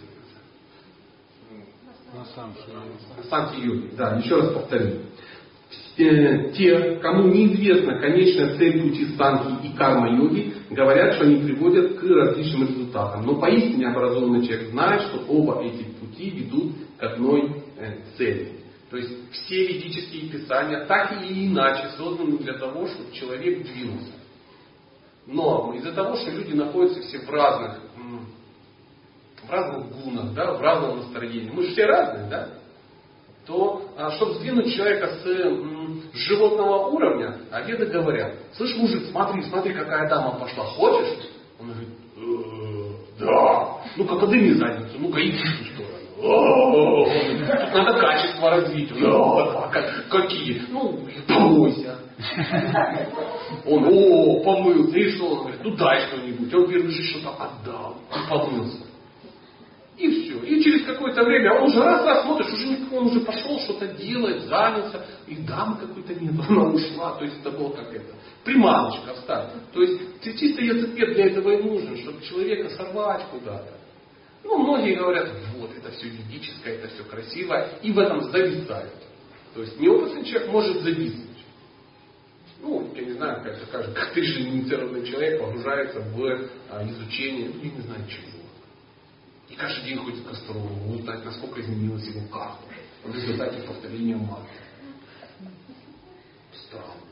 остановился? На санкья-йоге. Да, еще раз повторю. Те, кому неизвестна конечная цель пути санки и карма-йоги, говорят, что они приводят к различным результатам. Но поистине образованный человек знает, что оба эти пути ведут к одной цели. То есть все ведические писания так или иначе созданы для того, чтобы человек двинулся. Но из-за того, что люди находятся все в разных, в разных гунах, да, в разном настроении, мы же все разные, да? То, чтобы сдвинуть человека с, с животного уровня, а веды говорят, слышь, мужик, смотри, смотри, какая дама пошла, хочешь? Он говорит, э, да, ну-ка подыми задницу, ну-ка иди в ту сторону. Тут надо качество развить. Да, какие? Ну, помойся. Он, о, помылся, и что? Он говорит, ну дай что-нибудь. Он первый же что-то отдал, и помылся. И все. И через какое-то время, он уже раз-раз смотришь, уже никто, он уже пошел что-то делать, занялся, и дамы какой-то нет, она ушла. То есть это было как это, приманочка встать. То есть чисто язык для этого и нужен, чтобы человека сорвать куда-то. Ну, многие говорят, вот, это все ведическое, это все красиво, и в этом зависают. То есть неопытный человек может зависнуть. Ну, я не знаю, как это кажется, как ты же инициированный человек погружается в а, изучение, я не знаю чего. И каждый день ходит к астрологу, узнать, насколько изменилась его карта в результате повторения мантры. Странно.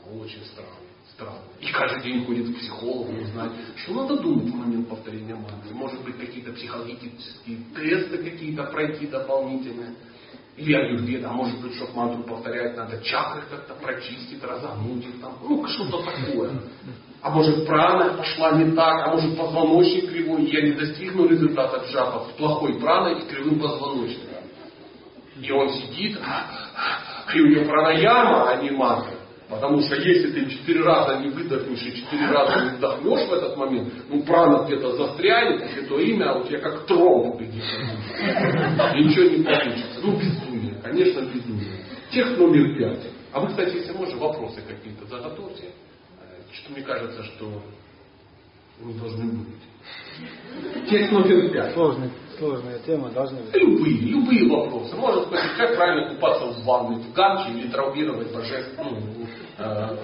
очень странно. Странно. И каждый день ходит к психологу узнать, что надо думать в момент повторения мантры. Может быть, какие-то психологические тесты какие-то пройти дополнительные. Или аюрведа, а может быть, чтобы мантру повторять, надо чакры как-то прочистить, разогнуть их там. Ну, что-то такое. А может, прана пошла не так, а может, позвоночник кривой, и я не достигну результата джапа с плохой праной и кривым позвоночником. И он сидит, и у него пранаяма, а не мантра. Потому что если ты четыре раза не выдохнешь и четыре раза не вдохнешь в этот момент, ну прана где-то застрянет, и то имя, а у тебя как тромб где-то. И ничего не получится. Ну безумие, конечно безумие. Тех номер пять. А вы, кстати, если можно, вопросы какие-то заготовьте. Что мне кажется, что не должны быть. Тех номер пять. Сложная, сложная тема должна быть. Любые, любые вопросы. Можно спросить, как правильно купаться в ванной, в ганче или травмировать божественную, ну, э,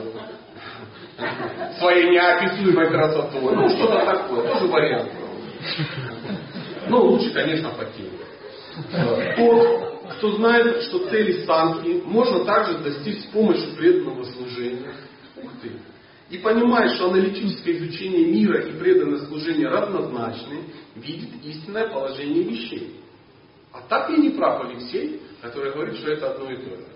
своей неописуемой красотой. Ну, что-то такое. Тоже вариант. Ну, лучше, конечно, по теме. Тот, кто знает, что цели санки можно также достичь с помощью преданного служения. Ух ты. И понимает, что аналитическое изучение мира и преданное служение равнозначны, видит истинное положение вещей. А так ли не прав Алексей, который говорит, что это одно и то же?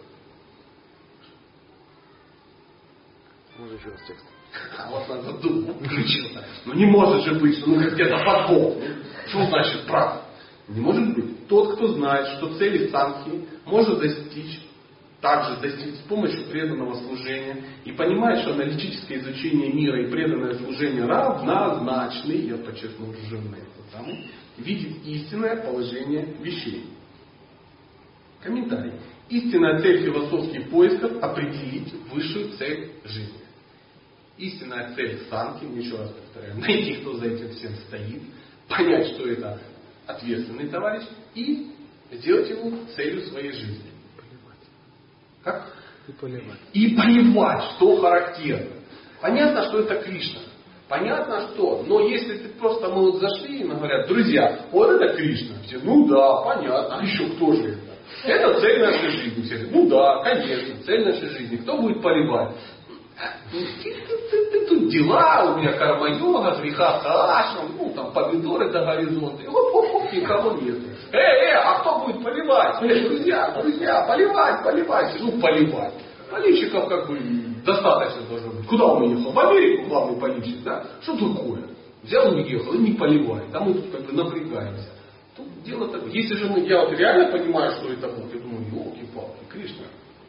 Может еще раз текст. А вот надо думать, включился. Ну не может же быть, что ну где-то подвох. Что значит прав? Не может быть. Тот, кто знает, что цели санхи можно достичь, также достичь с помощью преданного служения и понимает, что аналитическое изучение мира и преданное служение равнозначны, я подчеркнул жирное, потому видит истинное положение вещей. Комментарий. Истинная цель философских поисков – определить высшую цель жизни. Истинная цель санки, еще раз повторяю, найти, кто за этим всем стоит, понять, что это ответственный товарищ и сделать его целью своей жизни. Как? И поливать. И поливать, что характерно. Понятно, что это Кришна. Понятно, что. Но если ты просто мы вот зашли и говорят, друзья, вот это Кришна. Все, ну да, понятно. А еще кто же это? Это цель нашей жизни. Все говорят, ну да, конечно, цель нашей жизни. Кто будет поливать? Ты, ты, ты, ты тут дела, у меня карма-йога, греха хашам, ну там помидоры до горизонта. И оп-оп-оп, никого нет. Э, э, а кто будет поливать? Э, друзья, друзья, поливать, поливать. Ну, поливать. Поливщиков как бы достаточно должно быть. Куда он уехал? В Америку главный поливщик, да? Что такое? Взял и уехал, и не поливает. Там мы тут как бы напрягаемся. Тут дело такое. Если же мы, я вот реально понимаю, что это Бог, я думаю, елки-палки, Кришна.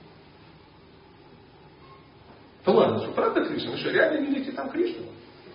Да ладно, что правда Кришна? Вы что, реально видите там Кришну?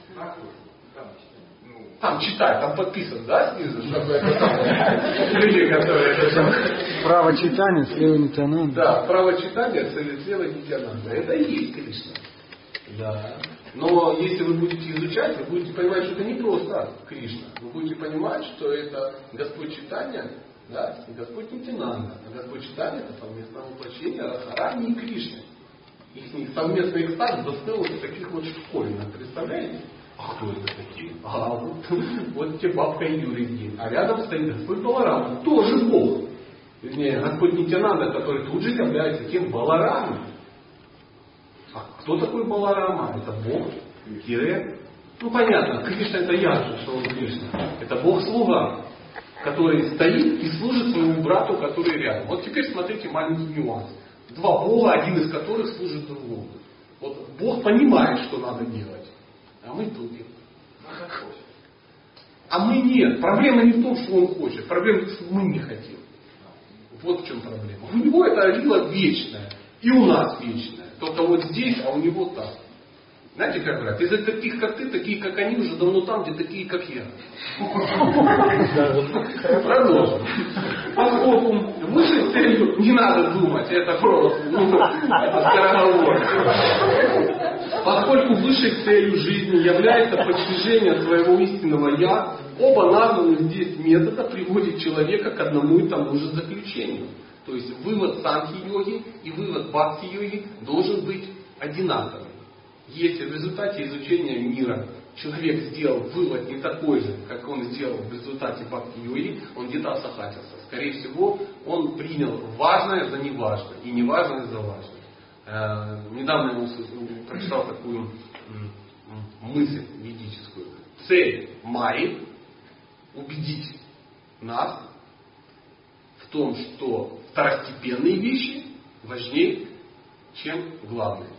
Там читай, там подписан, да, снизу? Люди, которые это... Право читания, слева Нитянанда. Да, право читания, слева Нитянанда. Это и есть Кришна. Да. Но если вы будете изучать, вы будете понимать, что это не просто Кришна. Вы будете понимать, что это Господь Читания, да, и Господь Нитянанда. А Господь Читания это совместное воплощение Радхарани и Кришны. Их совместный экстаз застыл вот таких вот штуковинок. Представляете? А кто это такие? А вот, вот те бабка и Юрий. А рядом стоит Господь Баларама. Тоже Бог. Вернее, Господь Нитянанда, который тут же является кем? Баларамой. А кто такой Баларама? Это Бог. Кире. Ну понятно, Кришна это ясно, что он Кришна. Это Бог-слуга, который стоит и служит своему брату, который рядом. Вот теперь смотрите маленький нюанс. Два Бога, один из которых служит другому. Вот Бог понимает, что надо делать. А мы тупим. А мы нет. Проблема не в том, что он хочет. Проблема в том, что мы не хотим. Вот в чем проблема. У него это лила вечная. И у нас вечная. Только вот здесь, а у него так. Знаете, как говорят, из таких, как ты, такие, как они, уже давно там, где такие, как я. Продолжим. Поскольку высшей целью не надо думать, это просто, ну, это скороговорка. Поскольку высшей целью жизни является постижение своего истинного «я», оба названных здесь метода приводят человека к одному и тому же заключению. То есть вывод санхи-йоги и вывод бхакти-йоги должен быть одинаковым. Если в результате изучения мира человек сделал вывод не такой же, как он сделал в результате бхакти-йоги, он где-то осахатился. Скорее всего, он принял важное за неважное и неважное за важное. Э, недавно я прочитал такую мысль ведическую. Цель Майи — убедить нас в том, что второстепенные вещи важнее, чем главные.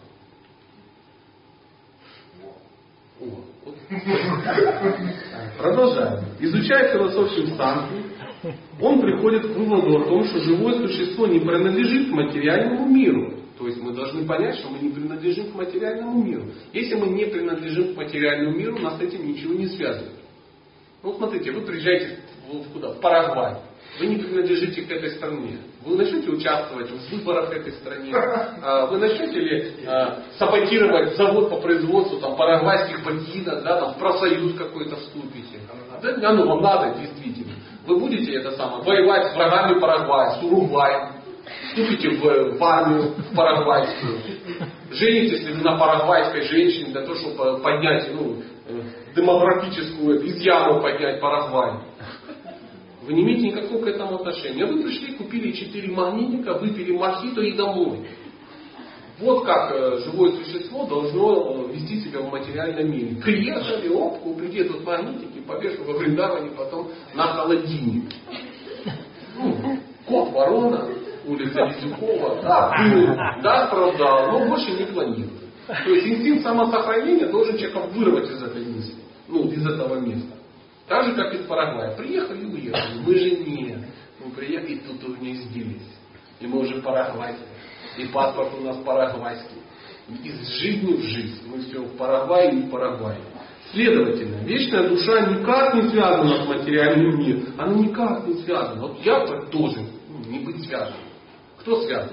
О, вот. Продолжаем. Изучая философию Санки, он приходит к выводу о том, что живое существо не принадлежит к материальному миру. То есть мы должны понять, что мы не принадлежим к материальному миру. Если мы не принадлежим к материальному миру, нас с этим ничего не связывает. Ну, смотрите, вы приезжаете в, куда? В Парагвай. Вы не принадлежите к этой стране. Вы начнете участвовать в выборах в этой стране. Вы начнете ли саботировать завод по производству там, парагвайских ботинок, да, там, в профсоюз какой-то вступите. Да, оно вам надо, действительно. Вы будете это самое, воевать с врагами Парагвая, с Уругваем. Вступите в, в армию, в парагвайскую. Женитесь ли вы на парагвайской женщине для того, чтобы поднять, ну, демографическую изъяну поднять Парагвай. Вы не имеете никакого к этому отношения. Вы пришли, купили четыре магнитика, выпили мохито и домой. Вот как живое существо должно вести себя в материальном мире. Приехали, оп, купите тут магнитики, повешу во Вриндаване потом на холодильник. Ну, кот ворона, улица Висюкова, да, был, да, продал, но больше не планирует. То есть инстинкт самосохранения должен человека вырвать из этой мысли, ну, из этого места. Так же, как из Парагвая. Приехали и уехали. Мы же не. Мы приехали, и тут у меня сбились. И мы уже парагвайцы. И паспорт у нас парагвайский. Из жизни в жизнь. Мы все в Парагвае и в Парагвае. Следовательно, вечная душа никак не связана с материальным миром. Она никак не связана. Вот я должен не быть связан. Кто связан?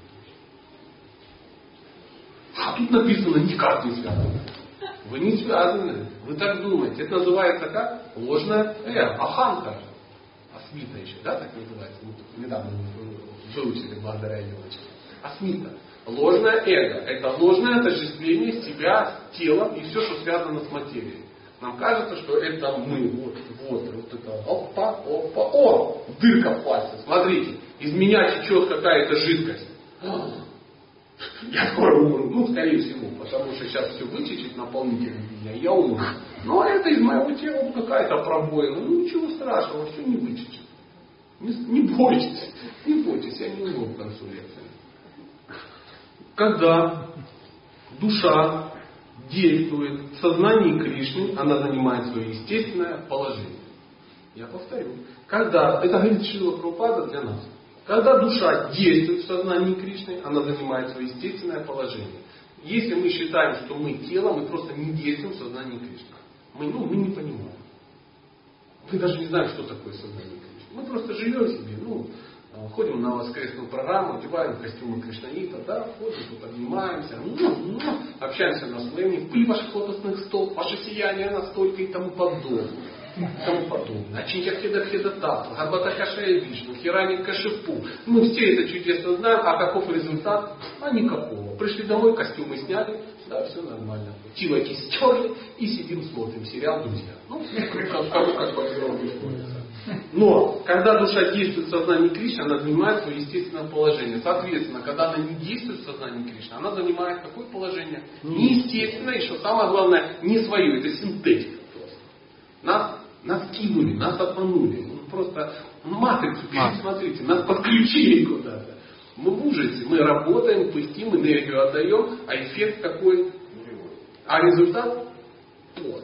А тут написано никак не связано. Вы не связаны. Вы так думаете. Это называется как? Ложная эго. Аханка. Асмита еще, да, так называется? Мы недавно выучили благодаря елочке. Асмита. Ложное эго. Это ложное отождествление себя, телом и все, что связано с материей. Нам кажется, что это мы. Вот, вот, вот это. Опа, опа, о! Дырка в пальце. Смотрите. Из меня течет какая-то жидкость. Я скоро умру. Ну, скорее всего, потому что сейчас все вытечет наполнитель меня, и я умру. Но это из моего тела какая-то пробоина. Ну, ничего страшного, все не вытечет. Не, не бойтесь, не бойтесь, я не умру в концу лекции. Когда душа действует в сознании Кришны, она занимает свое естественное положение. Я повторю. Когда, это говорит Шрила Прабхупада для нас. Когда душа действует в сознании Кришны, она занимает свое естественное положение. Если мы считаем, что мы тело, мы просто не действуем в сознании Кришны. Мы, ну, мы не понимаем. Мы даже не знаем, что такое сознание Кришны. Мы просто живем себе, ну, ходим на воскресную программу, одеваем костюмы кришнаита, да, ходим, тут обнимаемся, ну, ну, общаемся на слэме, пыль ваших лотосных стоп, ваше сияние настолько и тому подобное. Тому подобное. Ачиньяхеда хедата, Гарбатакашая Вишну, Хирани Кашипу. Мы все это чудесно знаем, а каков результат? А никакого. Пришли домой, костюмы сняли, да, все нормально. Тилоки стерли и сидим смотрим сериал «Друзья». Ну, кому как по-другому приходится. Но, когда душа действует в сознании Кришны, она занимает свое естественное положение. Соответственно, когда она не действует в сознании Кришны, она занимает какое положение? Неестественное, и что самое главное, не свое, это синтетика просто. Нас Нас кинули, нас обманули. Просто матрицу пересмотрите, нас подключили куда-то. Мы в ужасе, мы работаем, пустим, энергию отдаем, а эффект какой? А результат? Вот.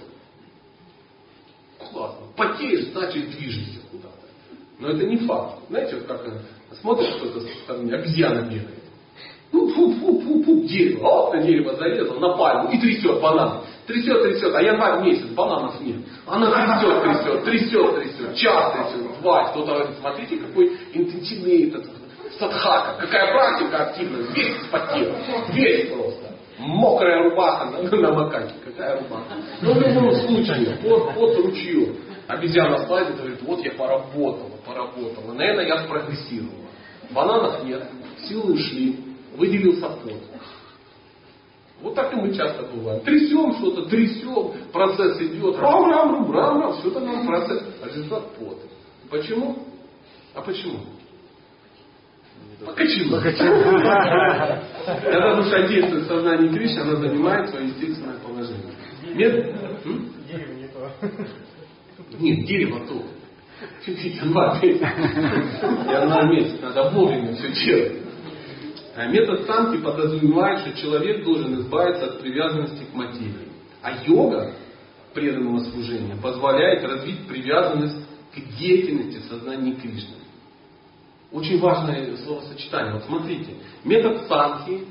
Классно. Потеешь, значит движешься куда-то. Но это не факт. Знаете, вот как смотришь, кто-то со стороны, обезьяна бегает. Ну, фу-фу-фу-фу, дерево. О, на дерево зарезал, на пальму и трясет банан. Трясет, трясет, а январь месяц, бананов нет. Она трясет, трясет, трясет, трясет, час трясет, два. Кто-то говорит, смотрите, какой интенсивный этот садхака, какая практика активная, весь вспотел, весь просто. Мокрая рубаха на, на макаке, какая рубаха. Но в любом случае, вот, вот ручье. Обезьяна слазит и говорит, вот я поработала, поработала. Наверное, я спрогрессировала. Бананов нет, силы ушли, выделился пот. Вот так и мы часто бываем. Трясем что-то, трясем, процесс идет, рам-рам-рам, рам-рам, все это нам процесс, а результат пот. Почему? А почему? Покачину. Когда душа действует в сознании Кришны, она занимает свое естественное положение. Нет? Дерево не то. Нет, дерево то. Два месяца. Я на месяц, надо вовремя все делать. А метод самки подразумевает, что человек должен избавиться от привязанности к материи. А йога преданного служения позволяет развить привязанность к деятельности в сознании Кришны. Очень важное словосочетание. Вот смотрите, метод санхи.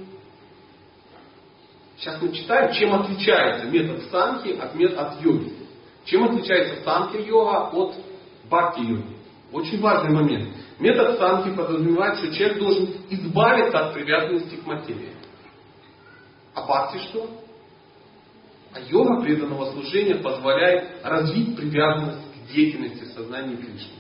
Сейчас мы читаем, чем отличается метод санхи от, мет, от йоги. Чем отличается санхи-йога от бхакти-йоги. Очень важный момент. Метод санхи подразумевает, что человек должен избавиться от привязанности к материи. А бхакти что? А йога преданного служения позволяет развить привязанность к деятельности в сознании Кришны.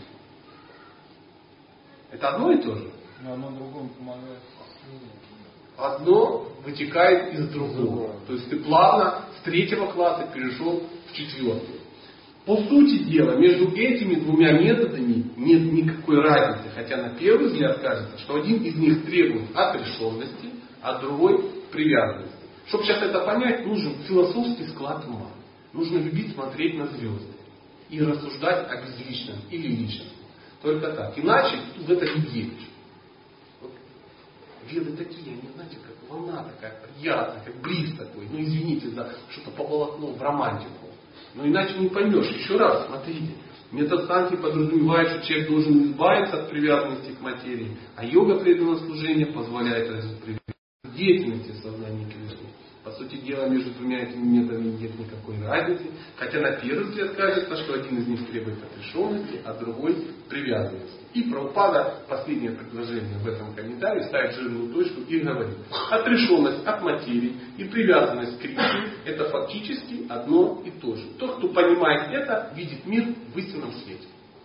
Это одно и то же? Но одно другому помогает. Одно вытекает из другого. То есть ты плавно с третьего класса перешел в четвертый. По сути дела, между этими двумя методами нет никакой разницы. Хотя на первый взгляд кажется, что один из них требует отрешенности, а другой привязанности. Чтобы сейчас это понять, нужен философский склад ума. Нужно любить смотреть на звезды и рассуждать о безличном или личном. Только так. Иначе в это не веришь. Вот. Веды такие, они, знаете, как волна такая приятная, как бриз такой. Ну извините за что-то поволокно в романтику. Но иначе не поймешь. Еще раз, смотрите. Метод санхи подразумевает, что человек должен избавиться от привязанности к материи. А йога преданного служения позволяет развить привязанность к деятельности в сознании Кришны. По сути дела, между двумя этими методами нет никакой разницы. Хотя на первый взгляд кажется, что один из них требует отрешенности, а другой привязанности. И Прабхупада, последнее предложение в этом комментарии, ставит жирную точку и говорит: отрешенность от материи и привязанность к Кришне — это фактически одно и то же. Тот, кто понимает это, видит мир в истинном свете.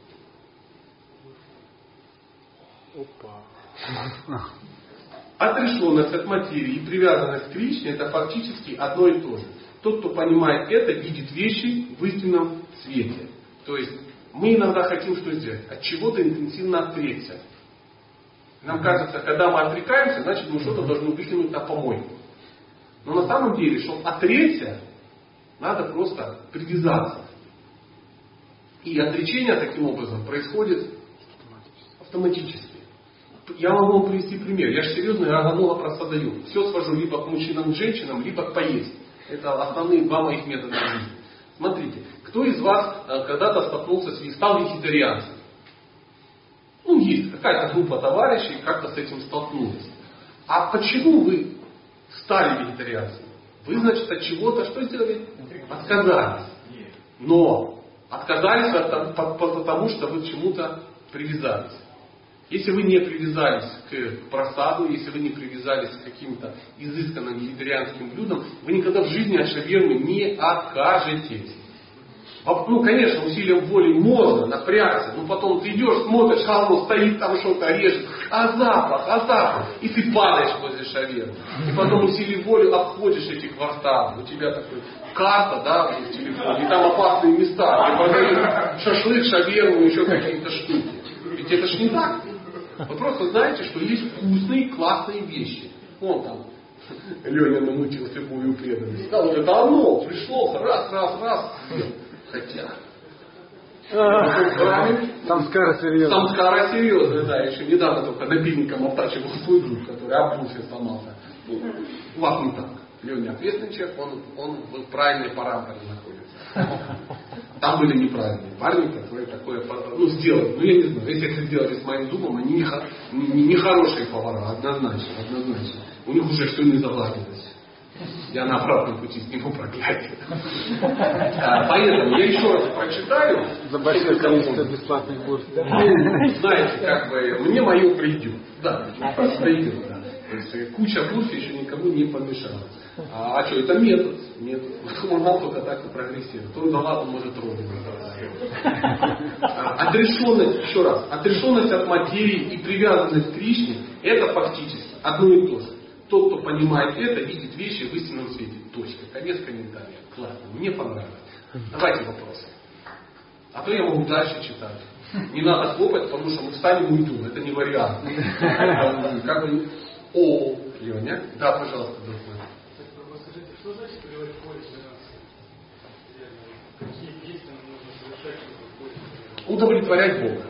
Опа. Отрешенность от материи и привязанность к Кришне — это фактически одно и то же. Тот, кто понимает это, видит вещи в истинном свете. То есть мы иногда хотим что сделать? От чего-то интенсивно отречься. Нам кажется, когда мы отрекаемся, значит мы что-то должны выкинуть на помойку. Но на самом деле, чтобы отречься, надо просто привязаться. И отречение таким образом происходит автоматически. Я могу вам привести пример. Я же серьезно, я много просто даю. Все свожу либо к мужчинам, к женщинам, либо к поесть. Это основные два моих метода жизни. Смотрите, кто из вас когда-то столкнулся с стал вегетарианцем? Ну, есть какая-то группа товарищей, как-то с этим столкнулись. А почему вы стали вегетарианцем? Вы, значит, от чего-то что сделали? Отказались. Но отказались от, потому, что вы к чему-то привязались. Если вы не привязались к просаду, если вы не привязались к каким-то изысканным вегетарианским блюдам, вы никогда в жизни от шавермы не откажетесь. Ну, конечно, усилием воли можно напрягться, но потом ты идешь, смотришь, а он стоит там что-то режет, а запах, а запах, и ты падаешь возле шавермы. И потом усилием воли обходишь эти кварталы. У тебя такой карта, да, в телефоне, и там опасные места, и продают шашлык, шаверму, еще какие-то штуки. Ведь это ж не так. Вы просто знаете, что есть вкусные, классные вещи. Вон там Леня намутился бою преданности. Да, вот это оно пришло, раз, раз, раз. Хотя. Самскара серьезная. Самскара серьезная, да. Я еще недавно только напильником обтачивал свой зуб, который обулся и сломался. У вас не так. Леня ответственный человек, он, он в правильной параметре находится. Там были неправильные парни, которые такое ну, сделали. Ну я не знаю, если это сделали с моим зубом, они нехорошие не, не, не повара, однозначно, однозначно. У них уже все не заладилось. Я на обратном пути сниму проклятие. А, поэтому я еще раз прочитаю. За большое количество бесплатных курсов. Ну, знаете, как бы мне мое придет. Да, придет, да. То есть куча курсов еще никому не помешала. А, а что, это метод. метод. Он только так и прогрессирует. Кто за ладу может родину. Отрешенность, еще раз, отрешенность от материи и привязанность к Кришне — это фактически одно и то же. Тот, кто понимает это, видит вещи в истинном свете. Точка. Конец комментария. Классно. Мне понравилось. Давайте вопросы. А то я могу дальше читать. Не надо хлопать, потому что мы встанем и уйдем. Это не вариант. Как бы, о, Леня. Да, пожалуйста, друг мой. Скажите, что значит приводить в поле финансов? Какие действия нужно совершать, чтобы в поле финансов? Удовлетворять Бога.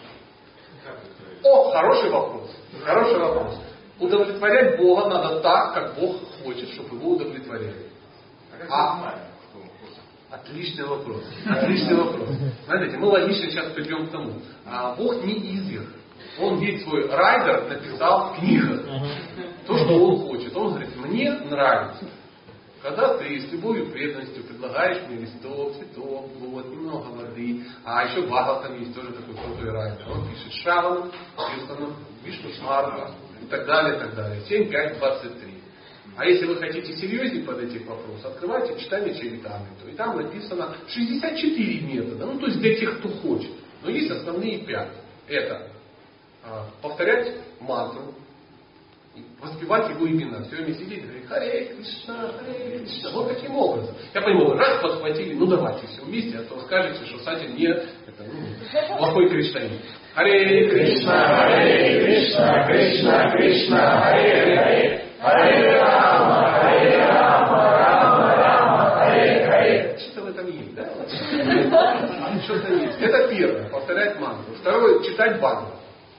О, хороший вопрос. Хороший вопрос. Удовлетворять Бога надо так, как Бог хочет, чтобы его удовлетворяли. А, отличный вопрос. Отличный вопрос. Знаете, мы логично сейчас придем к тому. А Бог не изверг. Он весь свой райдер написал в книгах. То, что он хочет. Он говорит, мне нравится, когда ты с любовью и преданностью предлагаешь мне листок, цветок, вот, немного воды. А еще Бхагават там есть тоже такой крутой райдер. Он пишет Шравана, Киртана, Вишну Смарта и так далее, и так далее. семь, пять, двадцать три. А если вы хотите серьезнее под этих вопросов, открывайте читание Чаритамриту. И там написано шестьдесят четыре метода. Ну, то есть для тех, кто хочет. Но есть основные пять. Это а, повторять мантру, воспевать его имена. Все время сидеть и говорить Харе Кришна, Харе Кришна. Вот таким образом. Я понимаю, раз подхватили, ну давайте все вместе, а то скажете, что Сатин не это, ну, плохой кришнаит. Харе Кришна, Харе Кришна, Кришна, Кришна, Харе Харе. Харе Рама, Харе Рама, Рама, Рама, Харе Харе. Что-то в этом есть, да? Что-то есть. Это первое, повторять мантру. Второе, читать Бхагават.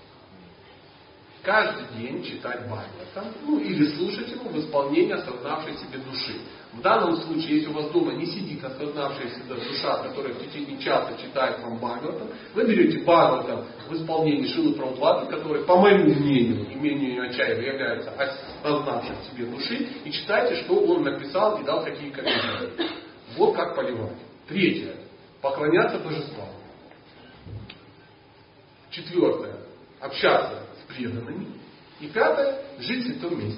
Каждый день читать Бхагават. Ну, или слушать его в исполнении осознавшей себе души. В данном случае, если у вас дома не сидит осознавшаяся душа, которая в течение часа читает вам Бхагаватам, вы берете Бхагаватам в исполнении Шилы Прабхупады, который, по моему мнению и мнению Ачарьи, является осознавшей себе души, и читайте, что он написал и дал какие комментарии. Вот как поливать. Третье. Поклоняться божествам. Четвертое. Общаться с преданными. И пятое. Жить в святом месте.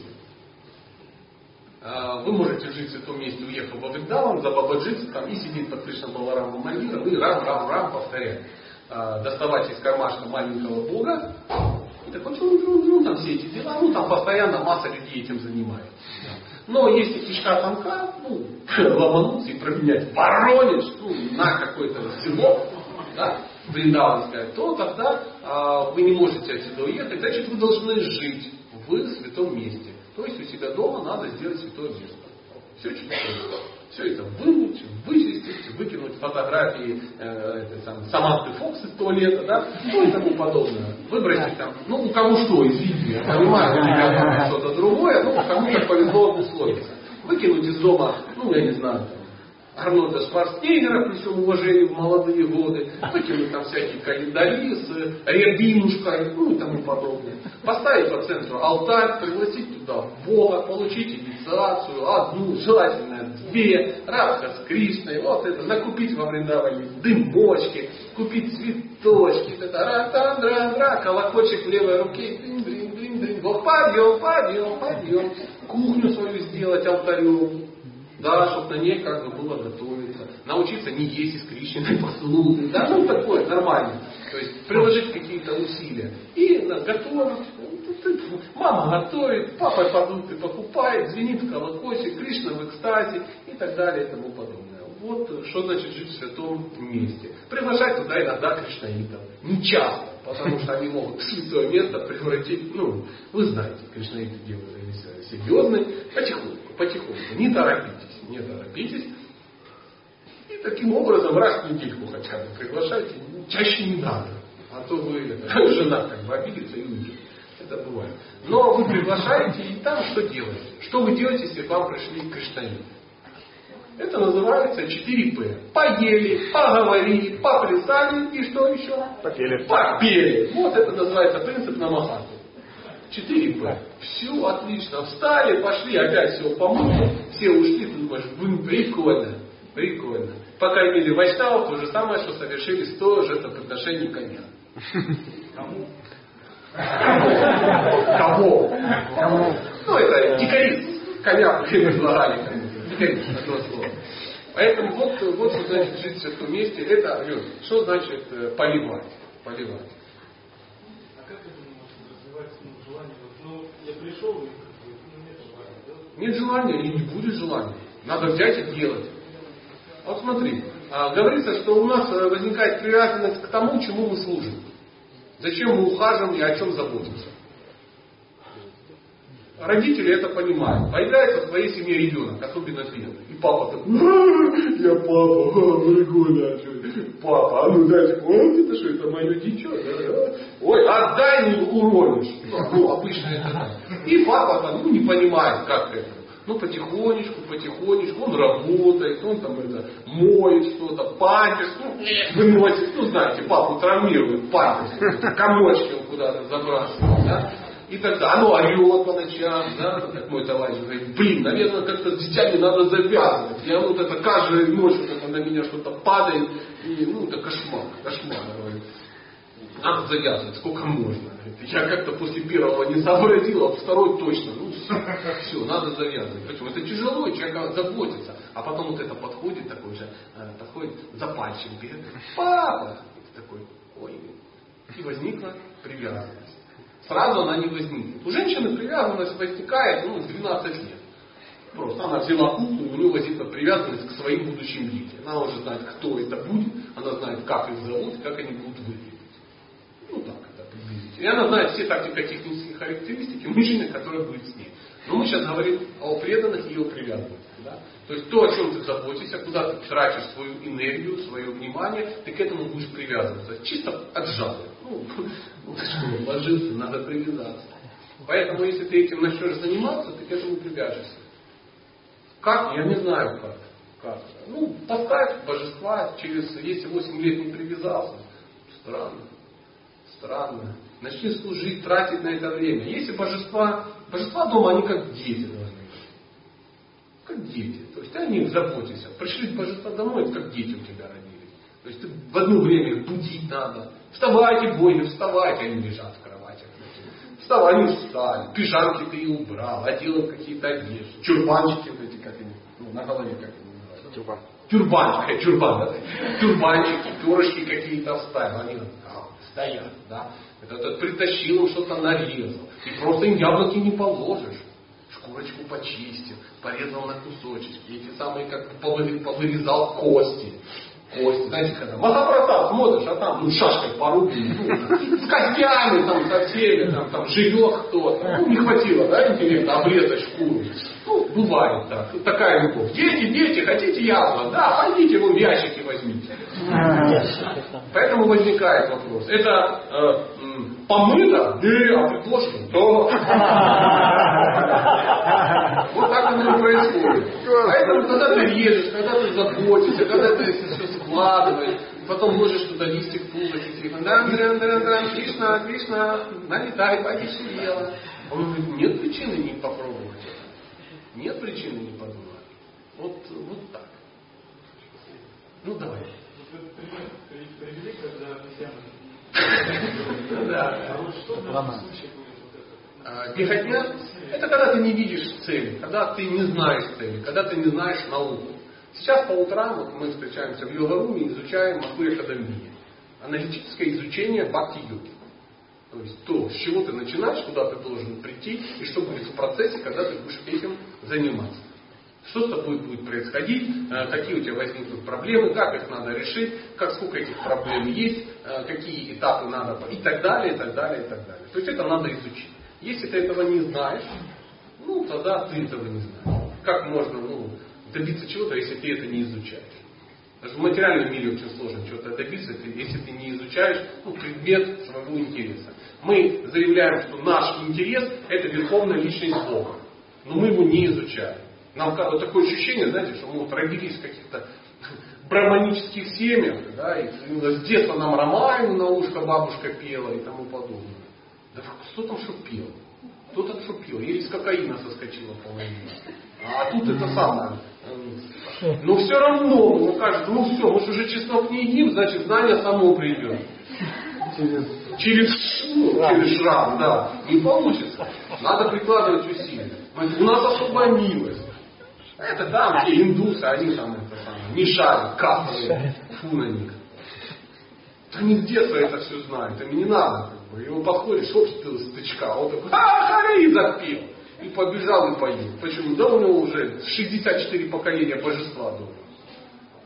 Вы можете жить в святом месте, уехав во Вриндаван, за Бабаджит, там и сидеть под Кришна Баларамом Мандира, и рам-рам-рам повторять. Доставать из кармашка маленького Бога, и такой, ну, там все эти дела, ну, там постоянно масса людей этим занимается. Но если кишка тонка, ну, ломануться и променять Воронеж, ну, на какое-то село, да, Вриндаванское, то тогда а, вы не можете отсюда уехать, значит, вы должны жить в святом месте. То есть у себя дома надо сделать святое место. Все чистое. Все это вымыть, вычистить, выкинуть фотографии э, сам, Саманты Фокс из туалета, да, ну и тому подобное. Выбросить там, ну у кого что, извините, я понимаю, у тебя что-то другое, но кому-то повезло условиться. Выкинуть из дома, ну я не знаю, там, Арнольда Шварценеггера, при всем уважении в молодые годы, выкинуть там всякие календари с рябинушкой, ну и тому подобное. Поставить по центру алтарь, пригласить туда Бога, получить инициацию, одну, желательно две, Радха с Кришной, вот это, накупить во Вриндаване дымочки, купить цветочки, это ра-тан-дра-дра, колокольчик в левой руке, дрин-дрин-дрин-дрин, вот подъем, подъем, подъем, кухню свою сделать алтарем. Да, чтобы на ней как бы было готовиться. Научиться не есть из Кришниной посуды. Да, ну такое, нормально. То есть приложить какие-то усилия. И да, готовить. Мама готовит, папа продукты покупает, звенит в колокольчик, Кришна в экстазе и так далее и тому подобное. Вот что значит жить в святом месте. Приглашать туда иногда кришнаитов. Не часто, потому что они могут святое место превратить, ну, вы знаете, кришнаиты делают серьезные, потихоньку, потихоньку. Не торопитесь, не торопитесь. И таким образом раз в недельку хотя бы приглашайте. Чаще не надо. А то вы, это, жена как бы обидится и уйдет. Это бывает. Но вы приглашаете, и там что делаете? Что вы делаете, если к вам пришли кришнаиты? Это называется четыре П. Поели, поговорили, поплясали и что еще? Попели. Попели. Вот это называется принцип намахаты. четыре П. Все отлично. Встали, пошли, опять все помыли, все ушли, ты думаешь, блин, прикольно, прикольно. Пока имели вайшнавов, то же самое, что совершили сто жертвоприношений коня. Кому? Кого? Кому? Ну, это дикари. Коня предлагали кому-то. Дикари, одно слово. Поэтому вот, вот что значит жить в святом месте. Это, Лёш, что значит э, поливать? Поливать. А как это может развиваться, ну, желание? Ну, я пришел, и ну, нет желания, да? Нет желания или не будет желания. Надо взять и делать. Вот смотри, говорится, что у нас возникает привязанность к тому, чему мы служим. Зачем мы ухаживаем и о чем заботимся. Родители это понимают. Появляется в твоей семье ребенок, особенно бедный. И папа такой, я папа, прикольно. Папа, а ну дайте, это что, это мое дитё? Да? Ой, отдай, не уронишь. Ну, обычно это так. И папа ну, не понимает, как это. Ну, потихонечку, потихонечку, он работает, он там это, моет что-то, памперс, ну, выносит, ну, знаете, папу травмирует, памперс, комочки он куда-то забрасывает, да, и тогда оно орет по ночам, да, как мой товарищ говорит, блин, наверное, как-то с детьми надо завязывать, я вот это каждую ночь вот это на меня что-то падает, и, ну, это кошмар, кошмар, говорит. Надо завязывать, сколько можно. Я как-то после первого не сообразил, а второй точно. Ну все, надо завязывать. Почему? Это тяжело, человек заботится. А потом вот это подходит, такой же, подходит запальчик, бегает. Папа! И такой, ой. И возникла привязанность. Сразу она не возникнет. У женщины привязанность возникает ну, в двенадцать лет. Просто она взяла куклу, и у нее возникла привязанность к своим будущим детям. Она уже знает, кто это будет, она знает, как их зовут, как они будут выглядеть. Ну так, это приблизительно. И она знает все тактико-технические характеристики мужчины, который будет с ней. Но мы сейчас говорим о преданных и о привязанности. Да? То есть то, о чем ты заботишься, куда ты тратишь свою энергию, свое внимание, ты к этому будешь привязываться. Чисто от жалы. Ну, ну что, ложился, надо привязаться. Поэтому, если ты этим начнешь заниматься, ты к этому привяжешься. Как? Я не знаю как. как. Ну, поставь божества, через, если восемь лет не привязался, странно. Странно. Начни служить, тратить на это время. Если божества, божества дома, они как дети должны быть. Как дети. То есть ты о них заботишься. Пришли божества домой, это как дети у тебя родились. То есть ты в одно время их будить надо. Вставайте, бойни, вставайте, они лежат в кроватях. Вставай, они встали. Пижамки ты и убрал, одел какие-то одежды. Чурбанчики вот эти, как они, ну, на голове как они называются. Тюрбан. Тюрбанчик, тюрбан, да? Тюрбанчики, перышки какие-то вставил. Они стоят, да? Это, это притащил, что-то нарезал. И просто им яблоки не положишь. Шкурочку почистил, порезал на кусочки. Эти самые, как бы повырезал кости. Кости, знаете, когда Махапрасад смотришь, а там, ну, шашкой порубили, ну, с костями, там, со всеми, там, там, живет кто-то. Ну, не хватило, да, интересно, обрезать шкуру. Ну, бывает так. Вот такая любовь. Дети, дети, хотите яблок? Да, пойдите, вы в ящике возьмите. Поэтому возникает вопрос. Это э, м, помыто? Не, а предложено? Да. Вот так оно и происходит. Поэтому, когда ты режешь, когда ты заботишься, когда ты все складываешь, потом ложишь туда листик пузо, и типа, дан-дан-дан-дан, Кришна, Кришна, налетай, пойди все дело. Он говорит, нет причины не попробовать. Нет причины не подумать. Вот, вот так. Ну давай. Привели, когда Да. А вот что в данном случае будет? Беготня – это когда ты не видишь цели, когда ты не знаешь цели, когда ты не знаешь науку. Сейчас по утрам вот мы встречаемся в йога-руме и изучаем Махуя Кадамбини. Аналитическое изучение бхакти-йоги. То есть то, с чего ты начинаешь, куда ты должен прийти, и что будет в процессе, когда ты будешь этим заниматься. Что с тобой будет происходить, какие у тебя возникнут проблемы, как их надо решить, как сколько этих проблем есть, какие этапы надо, и так далее, и так далее, и так далее. То есть это надо изучить. Если ты этого не знаешь, ну тогда ты этого не знаешь. Как можно ну, добиться чего-то, если ты это не изучаешь? Даже в материальном мире очень сложно чего-то добиться, если ты не изучаешь ну, предмет своего интереса. Мы заявляем, что наш интерес это верховная личность Бога, но мы его не изучаем. Нам вот такое ощущение, знаете, что мы вот родились в каких-то браманических семьях, да, и с детства нам Рамайну на ушко бабушка пела и тому подобное. Да кто там что пел? Кто там что пел? Еле с кокаина соскочила половина. А тут это самое. Но все равно, мне кажется, ну все, мы же уже чеснок не едим, значит знание само придет. Через, через, ну, через шрам, да. Не получится. Надо прикладывать усилия. У нас особая милость. Это там, те индусы, они там это самое, не шарят, кассовые, фу на них. Они с детства это все знают, им не надо. Как бы. Его подходишь, оп, стычка, он такой, а, хари, запел. И побежал и поел. Почему? Да у него уже шестьдесят четыре поколения божества дома.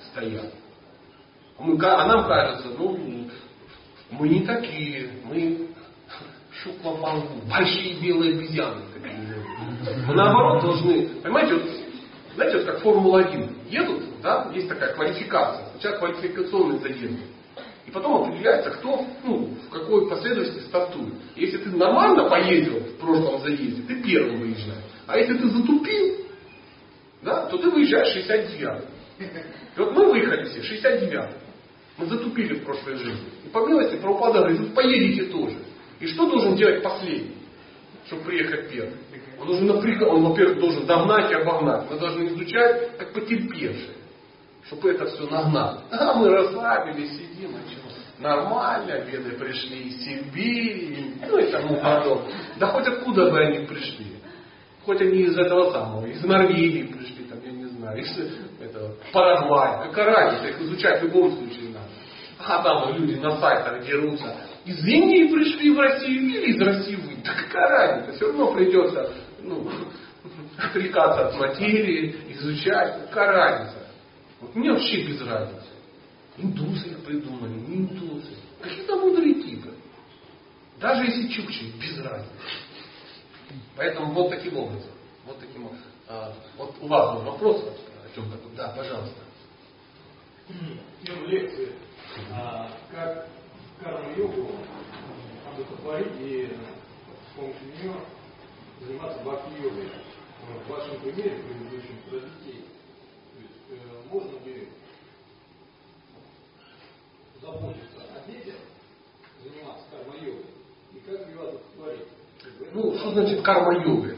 стоят. Мы, а нам кажется, ну, мы не такие, мы шуклопангу, большие белые обезьяны. Мы наоборот должны, понимаете, вот, знаете, вот как Формула один едут, да, есть такая квалификация, сейчас квалификационный заезд. И потом определяется, кто, ну, в какой последовательности стартует. Если ты нормально поездил в прошлом заезде, ты первым выезжаешь. А если ты затупил, да, то ты выезжаешь шестьдесят девятый. И вот мы выехали все шестьдесят девятый. Мы затупили в прошлой жизни. И по милости Прабхупада говорит, поедете тоже. И что должен делать последний, чтобы приехать первым? Он, должен напрягать, он, во-первых, должен догнать и обогнать. Мы должны изучать, как потерпевшие, чтобы это все нагнать. А мы расслабились, сидим, а чего? Нормально, беды пришли из Сибири, ну и тому подобное. Да хоть откуда бы они пришли. Хоть они из этого самого, из Норвегии пришли, там, я не знаю, из этого, Парагвая. Какая разница, их изучать в любом случае надо. А там люди на сайтах дерутся. Из Индии пришли в Россию или из России вы. Да какая разница, все равно придется, ну, отвлекаться от материи, изучать. Какая разница. Вот мне вообще без разницы. Индусы их придумали, не индусы. Какие-то мудрые типы. Даже если чукчи, без разницы. Поэтому вот таким образом. Вот таким образом. А, вот у вас был вопрос, Артем, да, пожалуйста. Тема лекции, а, как карма-йогу одухотворить и с помощью нее заниматься бхакти-йогой. В вашем примере, предыдущем, про детей. То есть, э, можно ли заботиться о детях, заниматься карма-йогой, и как ее одухотворить? Ну, что значит карма-йога?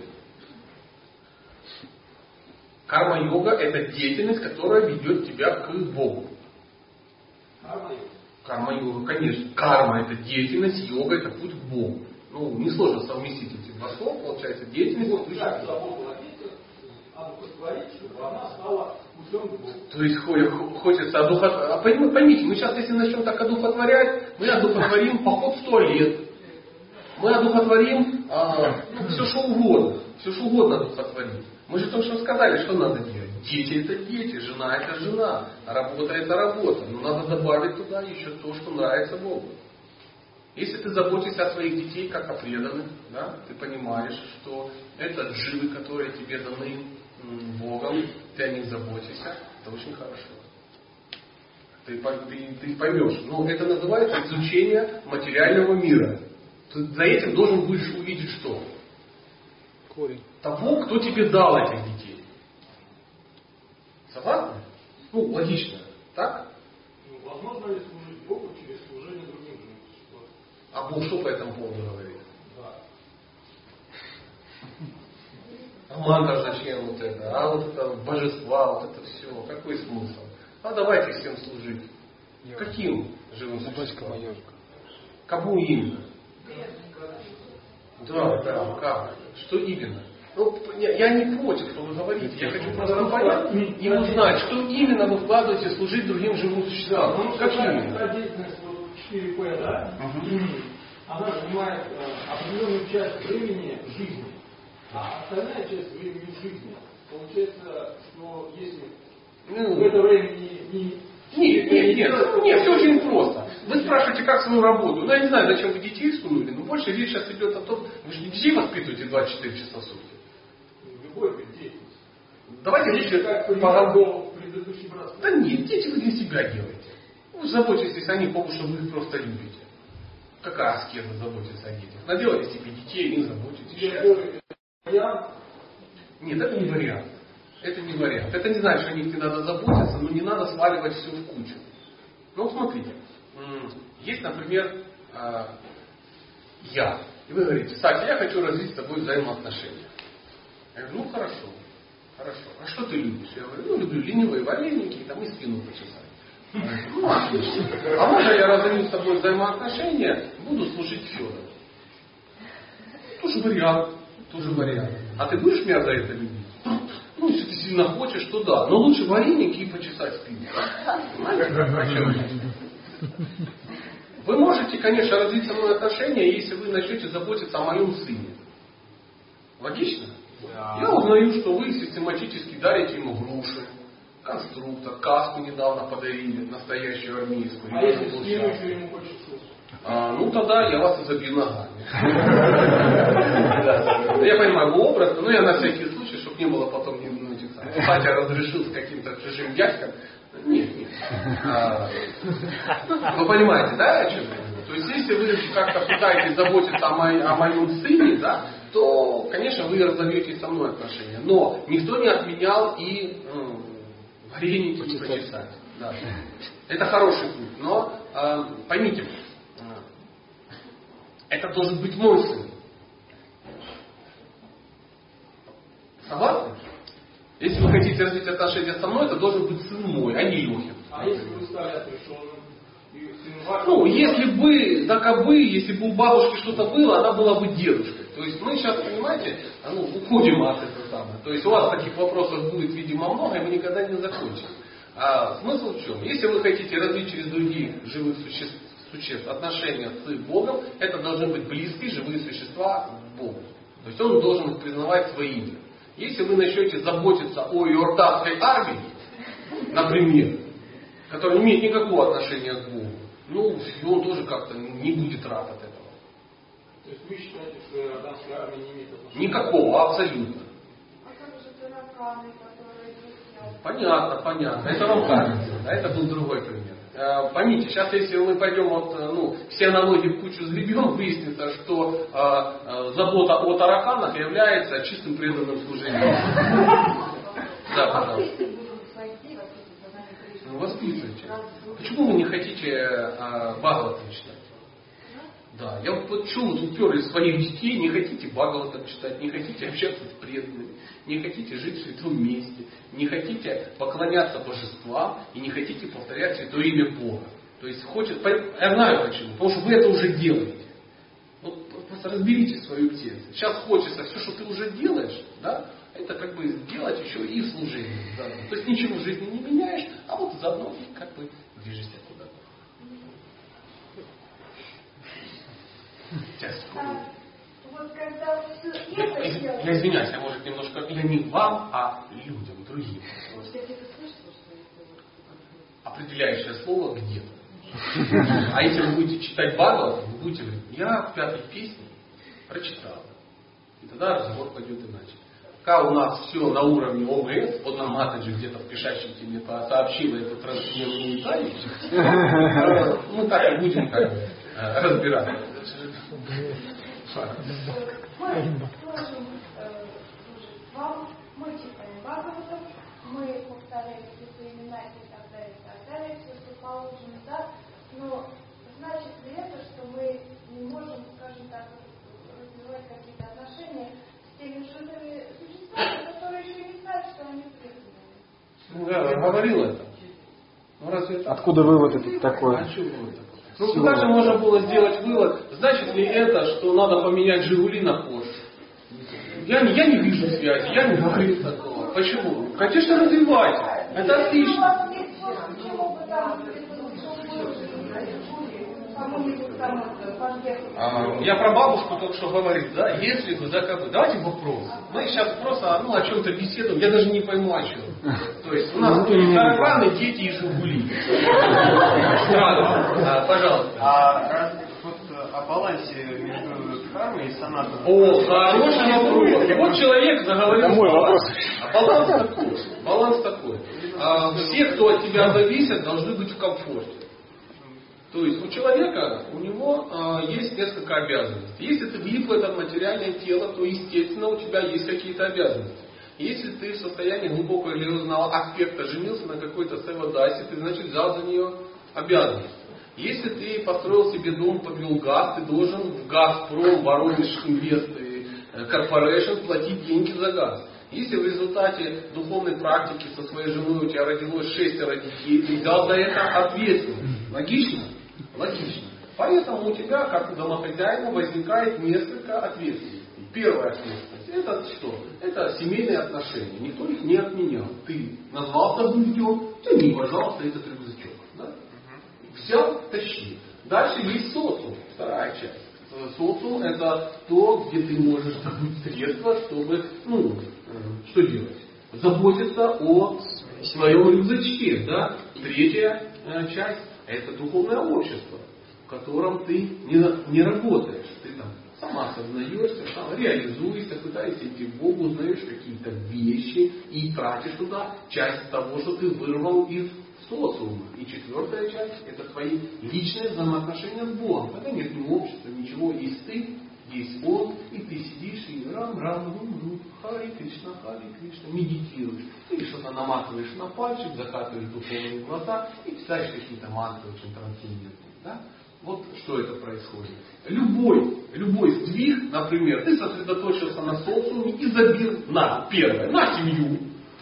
Карма-йога – это деятельность, которая ведет тебя к Богу. Карма-йога? Карма-йога, конечно. Карма – это деятельность, йога – это путь к Богу. Ну, несложно совместить эти два слова, получается деятельность. Вот как заботу о детях одухотворить, чтобы она стала путем к Богу. То есть хочется одухотворять. Поймите, мы сейчас, если начнем так одухотворять, мы одухотворим поход в туалет. Мы одухотворим а, ну, все что угодно. Все что угодно одухотворим. Мы же только что сказали, что надо делать. Дети это дети, жена это жена, работа это работа. Но надо добавить туда еще то, что нравится Богу. Если ты заботишься о своих детей как о преданных, да, ты понимаешь, что это дживы, которые тебе даны Богом, ты о них заботишься, это очень хорошо. Ты, ты, ты поймешь. Но это называется изучение материального мира. Ты за этим должен будешь увидеть что? Корень. Того, кто тебе дал этих детей. Согласны? Ну, логично. Так? Ну, возможно ли служить Богу через служение другим живым существам? А Бог что по этому поводу говорит? Да. А мантра зачем вот это? А вот это божества, вот это все. Какой смысл? А давайте всем служить. Йога. Каким живым Дочка существам? моя. Кому именно? Да, да, как? Что именно? Ну, я не против, что вы говорите. Я хочу просто понять и узнать, что именно вы вкладываете служить другим живым существам. Ну, как именно? Та деятельность вот четыре пэ, да, она занимает э, определенную часть времени в жизни, а остальная часть времени в жизни. Получается, что если Ну, в это время не... не Нет, нет, нет, нет, все очень просто. Вы спрашиваете, как свою работу. Ну, я не знаю, зачем вы детей сунули, но больше речь сейчас идет о том, вы же не детей воспитываете двадцать четыре часа в сутки. Любой вид деятельности. Давайте речь Как по пример предыдущий брат. Да нет, дети вы для себя делаете. Вы заботитесь о них, потому что вы их просто любите. Какая аскеза заботиться о детях? Наделайте себе детей, не заботитесь. Нет, это не вариант. Это не вариант. Это не значит, что о них не надо заботиться, но не надо сваливать все в кучу. Ну, вот смотрите. Есть, например, я. И вы говорите, Сатя, я хочу развить с тобой взаимоотношения. Я говорю, ну хорошо. Хорошо. А что ты любишь? Я говорю, ну люблю ленивые вареники там, и спину почесать. Ну, отлично. А можно я разовью с тобой взаимоотношения, буду служить Федору? Тоже вариант. Тоже вариант. А ты будешь меня за это любить? Ну, если ты сильно хочешь, то да. Но лучше вареники и почесать спину. Вы можете, конечно, развить со мной отношения, если вы начнете заботиться о моем сыне. Логично? Да. Я узнаю, что вы систематически дарите ему груши, конструктор, каску недавно подарили, настоящую армейскую. А если с ним еще ему хочется слушать? А, ну тогда я вас и забью ногами. Я понимаю, образ, но я на всякий случай, чтобы не было потом не Кстати, разрешил с каким-то чужим дядьком. Нет, нет. Вы понимаете, да, о чем я? То есть, если вы как-то пытаетесь заботиться о, моей, о моем сыне, да, то, конечно, вы разовьете со мной отношения. Но никто не отменял и ну, вареники не почесать. Да. Это хороший путь. Но э, поймите, э, это должен быть мой сын. Согласны? Если вы хотите развить отношения со мной, это должен быть сын мой, а не Лехин. А если представляете, что он и сын ваш? Ну, если бы, да кабы, если бы у бабушки что-то было, она была бы дедушкой. То есть мы сейчас, понимаете, ну, уходим от этого самого. То есть у вас таких вопросов будет, видимо, много, и мы никогда не закончим. А смысл в чем? Если вы хотите развить через других живых существ, существ отношения с Богом, это должны быть близкие живые существа к Богу. То есть он должен их признавать своими. Если вы начнете заботиться о иорданской армии, например, которая не имеет никакого отношения к Богу, ну, он тоже как-то не будет рад от этого. То есть вы считаете, что иорданская армия не имеет отношения? Никакого, абсолютно. А как же тараканы, которые друзья? Понятно, понятно. Это вам кажется. Да, это был другой пример. Поймите, сейчас если мы пойдем вот, ну, все аналогии в кучу сгребем, выяснится, что э, э, забота о тараканах является чистым преданным служением. Да, пожалуйста. Ну, воспитывайте. Почему вы не хотите э, Бхагаватам читать? Да, я вот почему вы уперлись своих детей, не хотите Бхагаватам читать, не хотите общаться с преданными, не хотите жить в святом месте, не хотите поклоняться божествам и не хотите повторять святое имя Бога. То есть хочет, я знаю почему, потому что вы это уже делаете. Вот просто разберите свою птицу. Сейчас хочется все, что ты уже делаешь, да, это как бы сделать еще и в служении. Да. То есть ничего в жизни не меняешь, а вот заодно как бы движешься куда-то. А, вот когда все Я, это я, делаешь... я извиняюсь, я может немножко, я не вам, а людям, другим. Определяющее слово где-то. А если вы будете читать Бхагаватам, вы будете говорить, я в пятой песне прочитал. И тогда разговор пойдет иначе. Пока у нас все на уровне ОМС, вот нам Матаджи где-то в Пишащике мне сообщила эту трансцендентную тайну, мы так и будем как бы разбираться. Мы можем служить вам, мы читаем Бхагаватам, мы повторяем все имена и так далее, и так далее, все, что положено, да, но значит ли это, что мы не можем, скажем так, развивать какие-то отношения с теми живыми существами, которые еще не знают, что они преданные? Ну, я говорил это. Ну, разве это? Откуда вывод этот такой? А что вывод такой? Ну, туда же можно было сделать вывод, значит ли это, что надо поменять Жигули на Порше? Я, я не вижу связи, я не говорю такого. Почему? Конечно, развивайте. Это отлично. А, я про бабушку только что говорил, да, если бы, да, как бы. Давайте вопрос. Мы сейчас просто ну, о чем-то беседуем, я даже не пойму о чем. То есть у нас тараканы, дети и Жигули. Странно. А, пожалуйста. А вот о балансе между кармой и санатом. О, хороший вопрос. Вот человек заговорил. Это мой вопрос. А баланс такой. Баланс такой. А, все, кто от тебя зависят, должны быть в комфорте. То есть у человека, у него э, есть несколько обязанностей. Если ты влип в это материальное тело, то естественно у тебя есть какие-то обязанности. Если ты в состоянии глубокого религиозного аспекта женился на какой-то севадасе, ты значит взял за нее обязанность. Если ты построил себе дом, подвел газ, ты должен в Газпром, Воронеж, Инвест Корпорейшн платить деньги за газ. Если в результате духовной практики со своей женой у тебя родилось шестеро детей, ты взял за это ответственность. Логично? Логично. Поэтому у тебя, как у домохозяина, возникает несколько ответственностей. Первая ответственность, это что? Это семейные отношения. Никто их не отменял. Ты назвался будем, тяни, пожалуйста, этот рюкзачок. Да? Взял, тащи. Дальше есть социум, вторая часть. Социум это то, где ты можешь добыть средства, чтобы, ну, что делать? Заботиться о в своем рюкзачке. Да? Третья э, часть – это духовное общество, в котором ты не, не работаешь. Ты там сама сознаешься, сам реализуешься, пытаешься идти к Богу, узнаешь какие-то вещи и тратишь туда часть того, что ты вырвал из социума. И четвертая часть – это твои личные взаимоотношения с Богом. Когда нет ни общества, ничего, есть ты, есть Он, и ты сидишь и рам-рам, Хари Кришна, Хари Кришна, медитируешь. Или что-то наматываешь на пальчик, закатываешь духовные глаза и читаешь какие-то мантры очень трансцендентные. Да? Вот что это происходит. Любой, любой сдвиг, например, ты сосредоточился на социуме и забил на первое, на семью,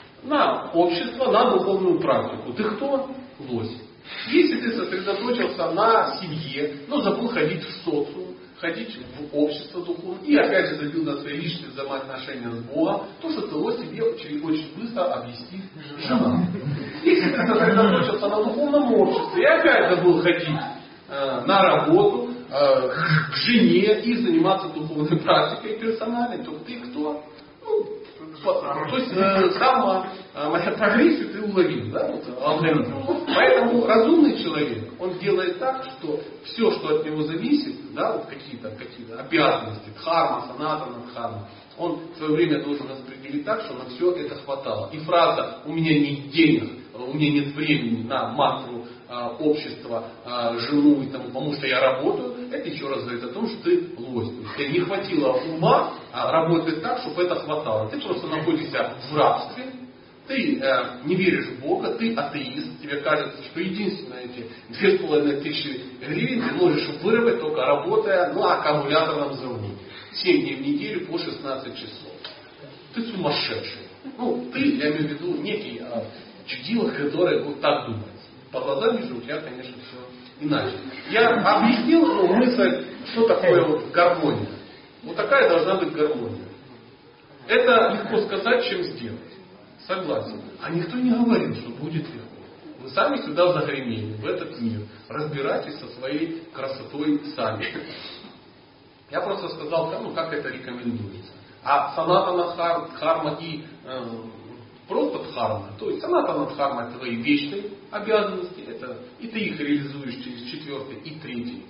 на общество, на духовную практику. Ты кто? Лось. Если ты сосредоточился на семье, но забыл ходить в социум, ходить в общество духовное, и опять же забил на свои личные взаимоотношения с Богом, то, что ТО себе очень, очень быстро объяснит жена. Если ты сосредоточился на духовном обществе и опять забыл ходить э, на работу, э, к жене и заниматься духовной практикой персональной, то ты кто? Ну, то есть э, сама э, моя прогрессия ты уловил, да, вот, алгоритм. Поэтому разумный человек, он делает так, что все, что от него зависит, да, вот какие-то какие обязанности, дхарма, санатана, дхарма, он в свое время должен распределить так, что на все это хватало. И фраза «у меня нет денег, у меня нет времени на мантру э, общества, э, жену и тому, потому что я работаю», это еще раз говорит о том, что ты лось. То есть тебе не хватило ума а, работать так, чтобы это хватало. Ты просто находишься в рабстве, ты э, не веришь в Бога, ты атеист, тебе кажется, что единственное эти две с половиной тысячи гривен ты можешь вырвать, только работая на аккумуляторном заводе. семь дней в неделю по шестнадцать часов. Ты сумасшедший. Ну, ты, я имею в виду, некий э, чудило, который вот так думает. По глазам вижу, у тебя, конечно, все иначе. Я объяснил ну, мысль, что такое вот гармония. Вот такая должна быть гармония. Это легко сказать, чем сделать. Согласен. А никто не говорил, что будет легко. Вы сами сюда загремели, в этот мир. Разбирайтесь со своей красотой сами. Я просто сказал, ну, как это рекомендуется. А санатана дхарма и э, просто дхарма, то есть санатана дхарма это твои вечные обязанности, это, и ты их реализуешь через четвертый и третий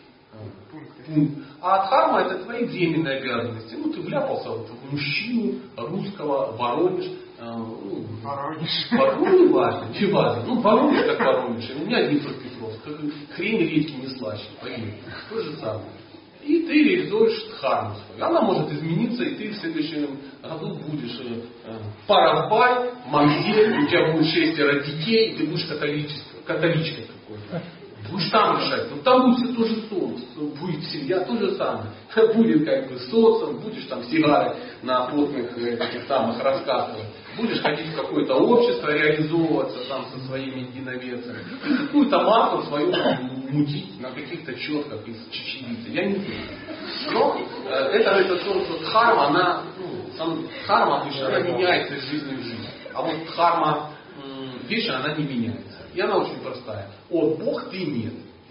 пункт. А дхарма это твои временные обязанности. Ну, ты вляпался вот в мужчину русского, Воронеж. Э, ну, Воронеж. Воронеж, не важно, не важно. Ну, Воронеж как Воронеж. У меня Днепропетровск. Хрень редьки не слаще, поверь. То же самое. И ты реализуешь дхарму свою. Она может измениться, и ты в следующем году будешь э, парабай, мамзель, у тебя будет шестеро детей, и ты будешь католичкой какой-то. Будешь там решать. Но там будет все то же самое. Будет семья то же самое. Будет как бы социум, будешь там сигары на потных этих самых раскатывать. Будешь ходить в какое-то общество, реализовываться там со своими единоверцами. И какую-то массу свою мутить на каких-то четках из чечевицы. Я не знаю. Но э, это говорит о том, что дхарма, она, ну, сам, дхарма обычно она меняется из жизни в жизнь. А вот дхарма м, вечная, она не меняется. И она очень простая. От Бог ты нет.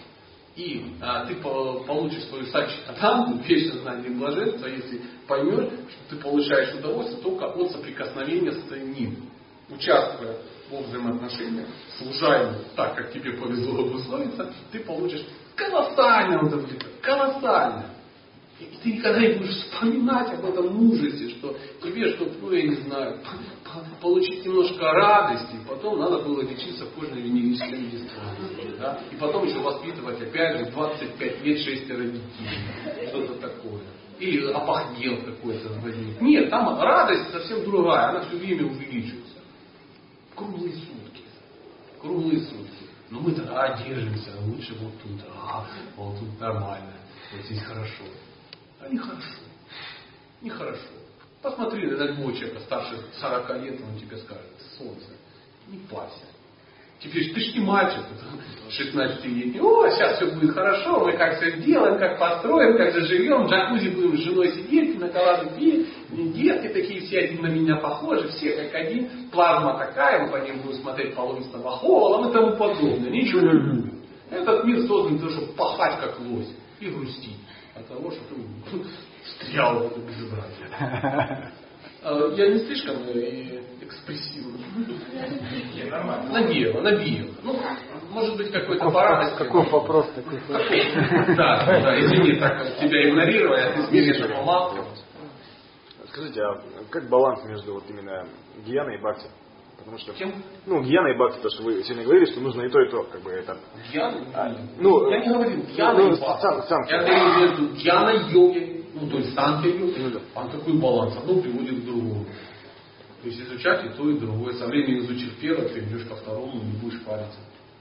И а, ты по, получишь свою сачитананду, вечное знание блаженства, если поймешь, что ты получаешь удовольствие только от соприкосновения с ним. Участвуя во взаимоотношениях, служа ему так, как тебе повезло обусловиться, ты получишь колоссальное удовольствие. Колоссальное. И ты никогда не будешь вспоминать об этом ужасе, что тебе, чтобы, ну я не знаю, получить немножко радости, потом надо было лечиться кожно-венерическим дистрофией. Да? И потом еще воспитывать опять же двадцать пять лет шестеро детей. Что-то такое. Или опахнел какой-то возник. Нет, там радость совсем другая, она все время увеличивается. Круглые сутки. Круглые сутки. Но мы тогда держимся, лучше вот тут. А, вот тут нормально. Вот здесь хорошо. А нехорошо. Нехорошо. Посмотри на любого человека старше сорока лет, он тебе скажет: солнце, не парься. Теперь ты ж не мальчик, шестнадцатилетний. О, сейчас все будет хорошо, мы как все сделаем, как построим, как заживем, в джакузи будем с женой сидеть, на колладу пить, детки такие все один на меня похожи, все как один, плазма такая, мы по ним будем смотреть половинного холла и тому подобное. Ничего не будет. Этот мир создан для того, чтобы пахать как лось и грустить от того, что ты встрял в это безобразие. Я не слишком экспрессивный. Набил, набил. Ну, может быть, какой-то парад. Какой вопрос такой? Да, да, извини, так тебя игнорировали, а ты смеешь на лапу. Скажите, а как баланс между вот именно гьяной и бхакти? Потому что, Чем? ну, гьяна и бхакти, то, что вы сегодня говорили, что нужно и то, и то, как бы это. Гьяна? А, ну, я не говорил гьяна ну, и бхакти. сам, сам, я говорю между гьяна и йогой, ну, то есть санкья йогой. А какой баланс? Одно приводит к другому. То есть изучать и то, и другое. Со временем изучив первое, перейдешь ко второму, не будешь париться.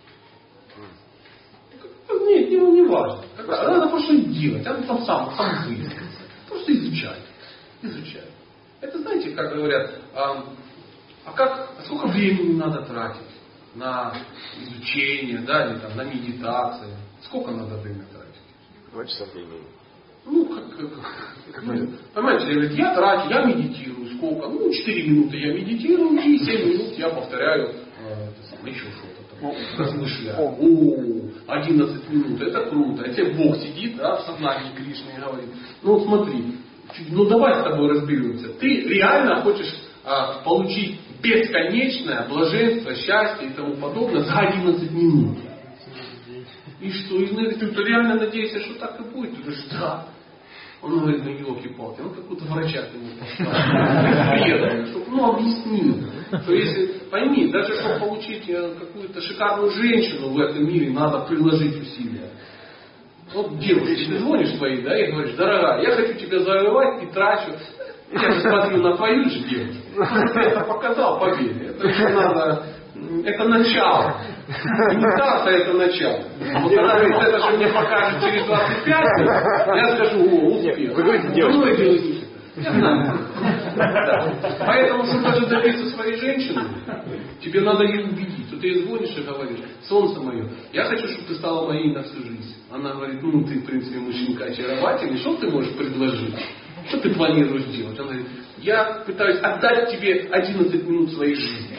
Нет, ему не важно. Надо просто делать, надо там сам, сам выяснить. Просто изучать. Изучать. Это знаете, как говорят, а, а как, сколько времени надо тратить на изучение, да, или там, на медитацию? Сколько надо время тратить? Два часа времени. Ну, как, как, как ну, понимаете, говорит, я трачу, я медитирую, сколько? Ну, четыре минуты я медитирую, и семь минут я повторяю, э, это самое, еще что-то там, размышляю. О, одиннадцать минут, это круто. А тебе Бог сидит, да, в сознании Кришны и говорит, ну вот смотри, ну давай с тобой разберемся. Ты реально хочешь а, получить бесконечное блаженство, счастье и тому подобное за одиннадцать минут. И что? И ты, ты реально надеешься, что так и будет? Ты говоришь, да. Он говорит, ну елки-палки, ну какого-то врача ты не поставил. Ну объясни. То есть, пойми, даже чтобы получить какую-то шикарную женщину в этом мире, надо приложить усилия. Вот девушке ты звонишь своей, да, и говоришь, дорогая, я хочу тебя завоевать и трачу. Я же смотрю на твою же девушку. Ты это показал, поверь. Это еще надо, это начало. Имитация это начало. Вот когда ты это же мне покажет через двадцать пять лет, я скажу, о, успех. Вы говорите, девушка. Я знаю. Да. Поэтому, чтобы даже добиться своей женщины, тебе надо ее убедить. То ты ей звонишь и говоришь, солнце мое, я хочу, чтобы ты стала моей на всю жизнь. Она говорит, ну ты, в принципе, мужчинка очаровательный, что ты можешь предложить? Что ты планируешь делать? Она говорит, я пытаюсь отдать тебе одиннадцать минут своей жизни.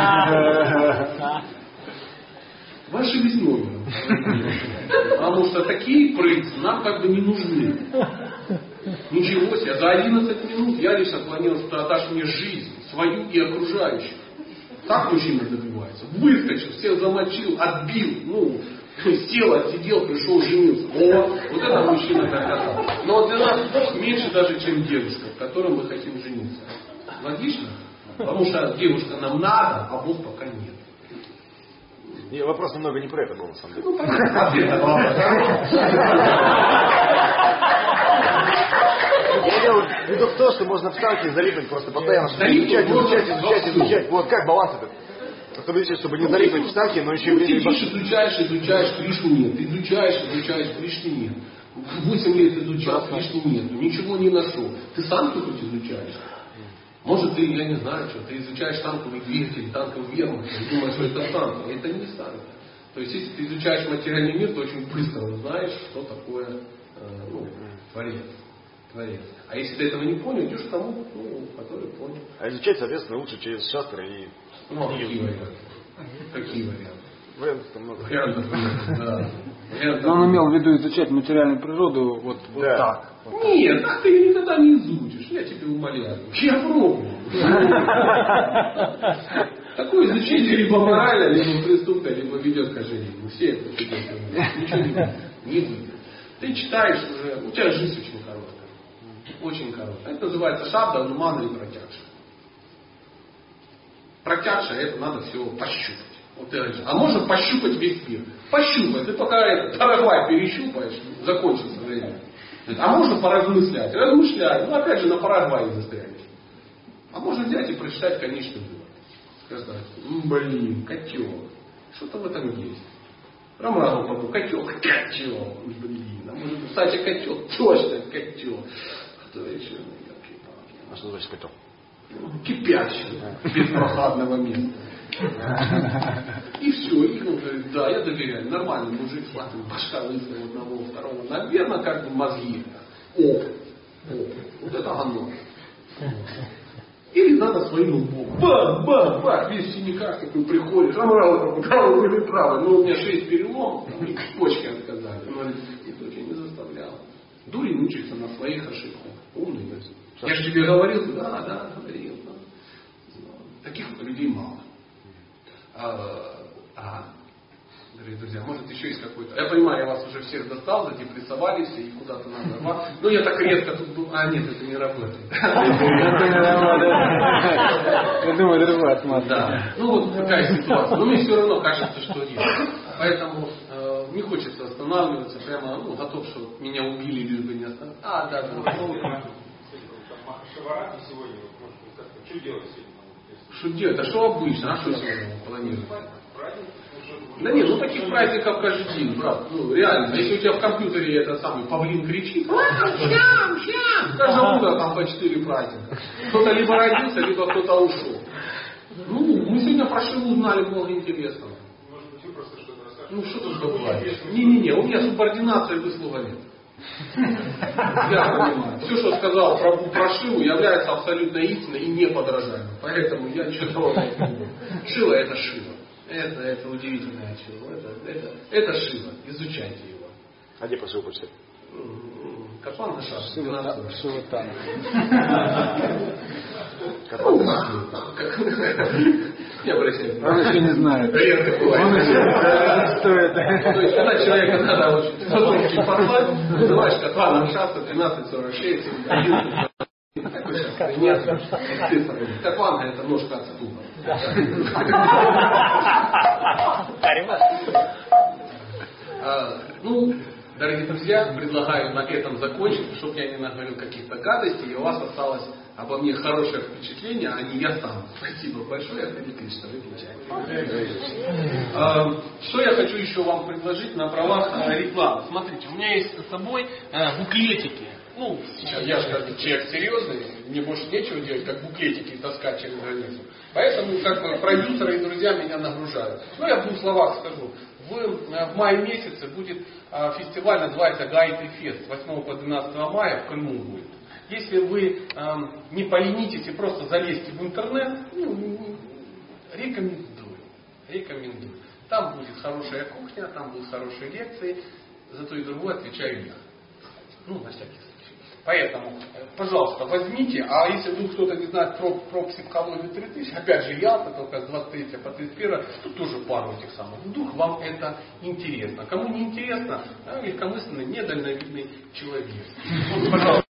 Вы ошиблись номером. Потому что такие прыгцы нам как бы не нужны. Ничего себе, за одиннадцать минут я лично планировал, что ты отдашь мне жизнь, свою и окружающих. Так мужчина добивается. Выскочил, всех замочил, отбил, ну, сел, отсидел, пришел, женился. О, вот это мужчина красота. Но для нас Бог меньше даже, чем девушка, в которой мы хотим жениться. Логично? Потому что девушка нам надо, а Бог пока нет. И вопрос немного не про это был, на самом деле. Ну, понятно. Ответ на вопрос. Я имел в виду в то, что можно в танке залипнуть просто постоянно, чтобы изучать, изучать, изучать, изучать. Вот как баланс этот? Чтобы, чтобы не залипнуть в танке, но еще и время... Ты изучаешь, изучаешь, Кришны нет. Ты изучаешь, изучаешь, Кришны нет. Восемь лет изучал, Кришны нет. Ничего не нашел. Ты сам тут изучаешь. Может, ты, я не знаю, что, ты изучаешь танковый двигатель, танковый вермахт, и думаешь, что это танк. Это не танк. То есть, если ты изучаешь материальный мир, то очень быстро узнаешь, что такое э, ну, творец. Творец. А если ты этого не понял, идешь к тому, ну, который понял. А изучать, соответственно, лучше через шастры и... Ну, а какие варианты? Какие варианты? Вариантов много. Вариантов нет, да. Вариантов Но он нет. имел в виду изучать материальную природу вот, вот Да. так. Вот Нет, так ты ее никогда не изучишь, я тебе умоляю. Я пробую. Такое изучение либо морально, либо преступное, либо ведет к ожирению. Все это чудесно. Ничего не будет. Не будет. Ты читаешь уже, у тебя жизнь очень короткая. Очень короткая. Это называется шабда, анумана и протякша. Протякша, это надо все пощупать. Вот ты говоришь, а можно пощупать весь мир? Пощупать. Ты пока это Парагвай перещупаешь, закончится время. А можно поразмышлять? Размышляй. Ну опять же на Парагвае застрянешь. А можно взять и прочитать конечный вывод. Сказать, ну блин, котел. Что-то в этом есть. Рамразу подумал, котел, котел. Блин, а может, кстати, котел, точно котел. Кто еще? А что значит котел? Кипящий, без прохладного места. И все, и он говорит, да, я доверяю, нормальный мужик, смотрю, башка лысая одного, второго, наверное, как бы мозги. Опыт. Опыт. Вот это оно. Или надо своим лбом. Бах, бах, бах, весь в синяках, такой приходишь, а мразу, правый или правый, ну у меня шесть перелом, и почки отказали. Он говорит, никто тебя не заставлял. Дурень учится на своих ошибках. Умный. Я же тебе говорил, да, да, или мало. А, а, дорогие друзья, может еще есть какой-то... Я понимаю, я вас уже всех достал, задепрессовались и куда-то надо... Ну, я так редко тут был... А, нет, это не работает. Я думаю, другой отмазка. Да. Ну, вот такая ситуация. Но мне все равно кажется, что нет. Поэтому э, не хочется останавливаться, прямо, ну, готов, что меня убили, лишь бы не остановить. А, да, да. Что делать сегодня? Что делать? А что обычно? А что сегодня планируете? Да нет, ну таких праздников каждый день, брат. Ну реально, если у тебя в компьютере этот самый павлин кричит, щам, щам, каждое утро там по четыре праздника. Кто-то либо родился, либо кто-то ушел. Ну, мы сегодня про Шиву узнали много интересного. Может быть, вы просто что-то расскажете? Ну, что тут бывает? Не-не-не, у меня субординация выслуга нет. Я понимаю. Все, что сказал про, про Шиву, является абсолютно истинной и неподражаемой. Поэтому я ничего такого не буду. Шива это Шива. Это, это удивительное чудо. Это, это, это Шива. Изучайте его. А где по Шиву почитать? Капан на шаг. Шива там. Капан на шаг. Не обращайте. Он еще не знает. Редко Он бывает. еще стоит. То есть, когда человека надо очень тонкий формат, называешь Капан на шаг тринадцать сорок шесть. Капан это ножка от стула. А, ну, дорогие друзья, предлагаю на этом закончить, чтобы я не наговорил каких-то гадостей, и у вас осталось обо мне хорошее впечатление, а не я сам. Спасибо большое, Аркадий Кришна, выключайте. А, что я хочу еще вам предложить на правах рекламы. Смотрите, у меня есть с собой буклетики. Ну, я же как человек серьезный, мне больше нечего делать, как буклетики таскать через границу. Поэтому как бы продюсеры и друзья меня нагружают. Ну, я в двух словах скажу. В, в мае месяце будет а, фестиваль, называется Гайты Фест. с восьмого по двенадцатое мая в Крыму будет. Если вы а, не поленитесь и просто залезьте в интернет, ну, рекомендую. Рекомендую. Там будет хорошая кухня, там будут хорошие лекции. За то и другое отвечаю я. Ну, на всякий случай. Поэтому, пожалуйста, возьмите, а если вдруг кто-то не знает про, про психологию три тысячи, опять же, я только с двадцать третьего по тридцать первое, тут тоже пару этих самых. Вдруг вам это интересно. Кому не интересно, легкомысленный, недальновидный человек. Вот, пожалуйста.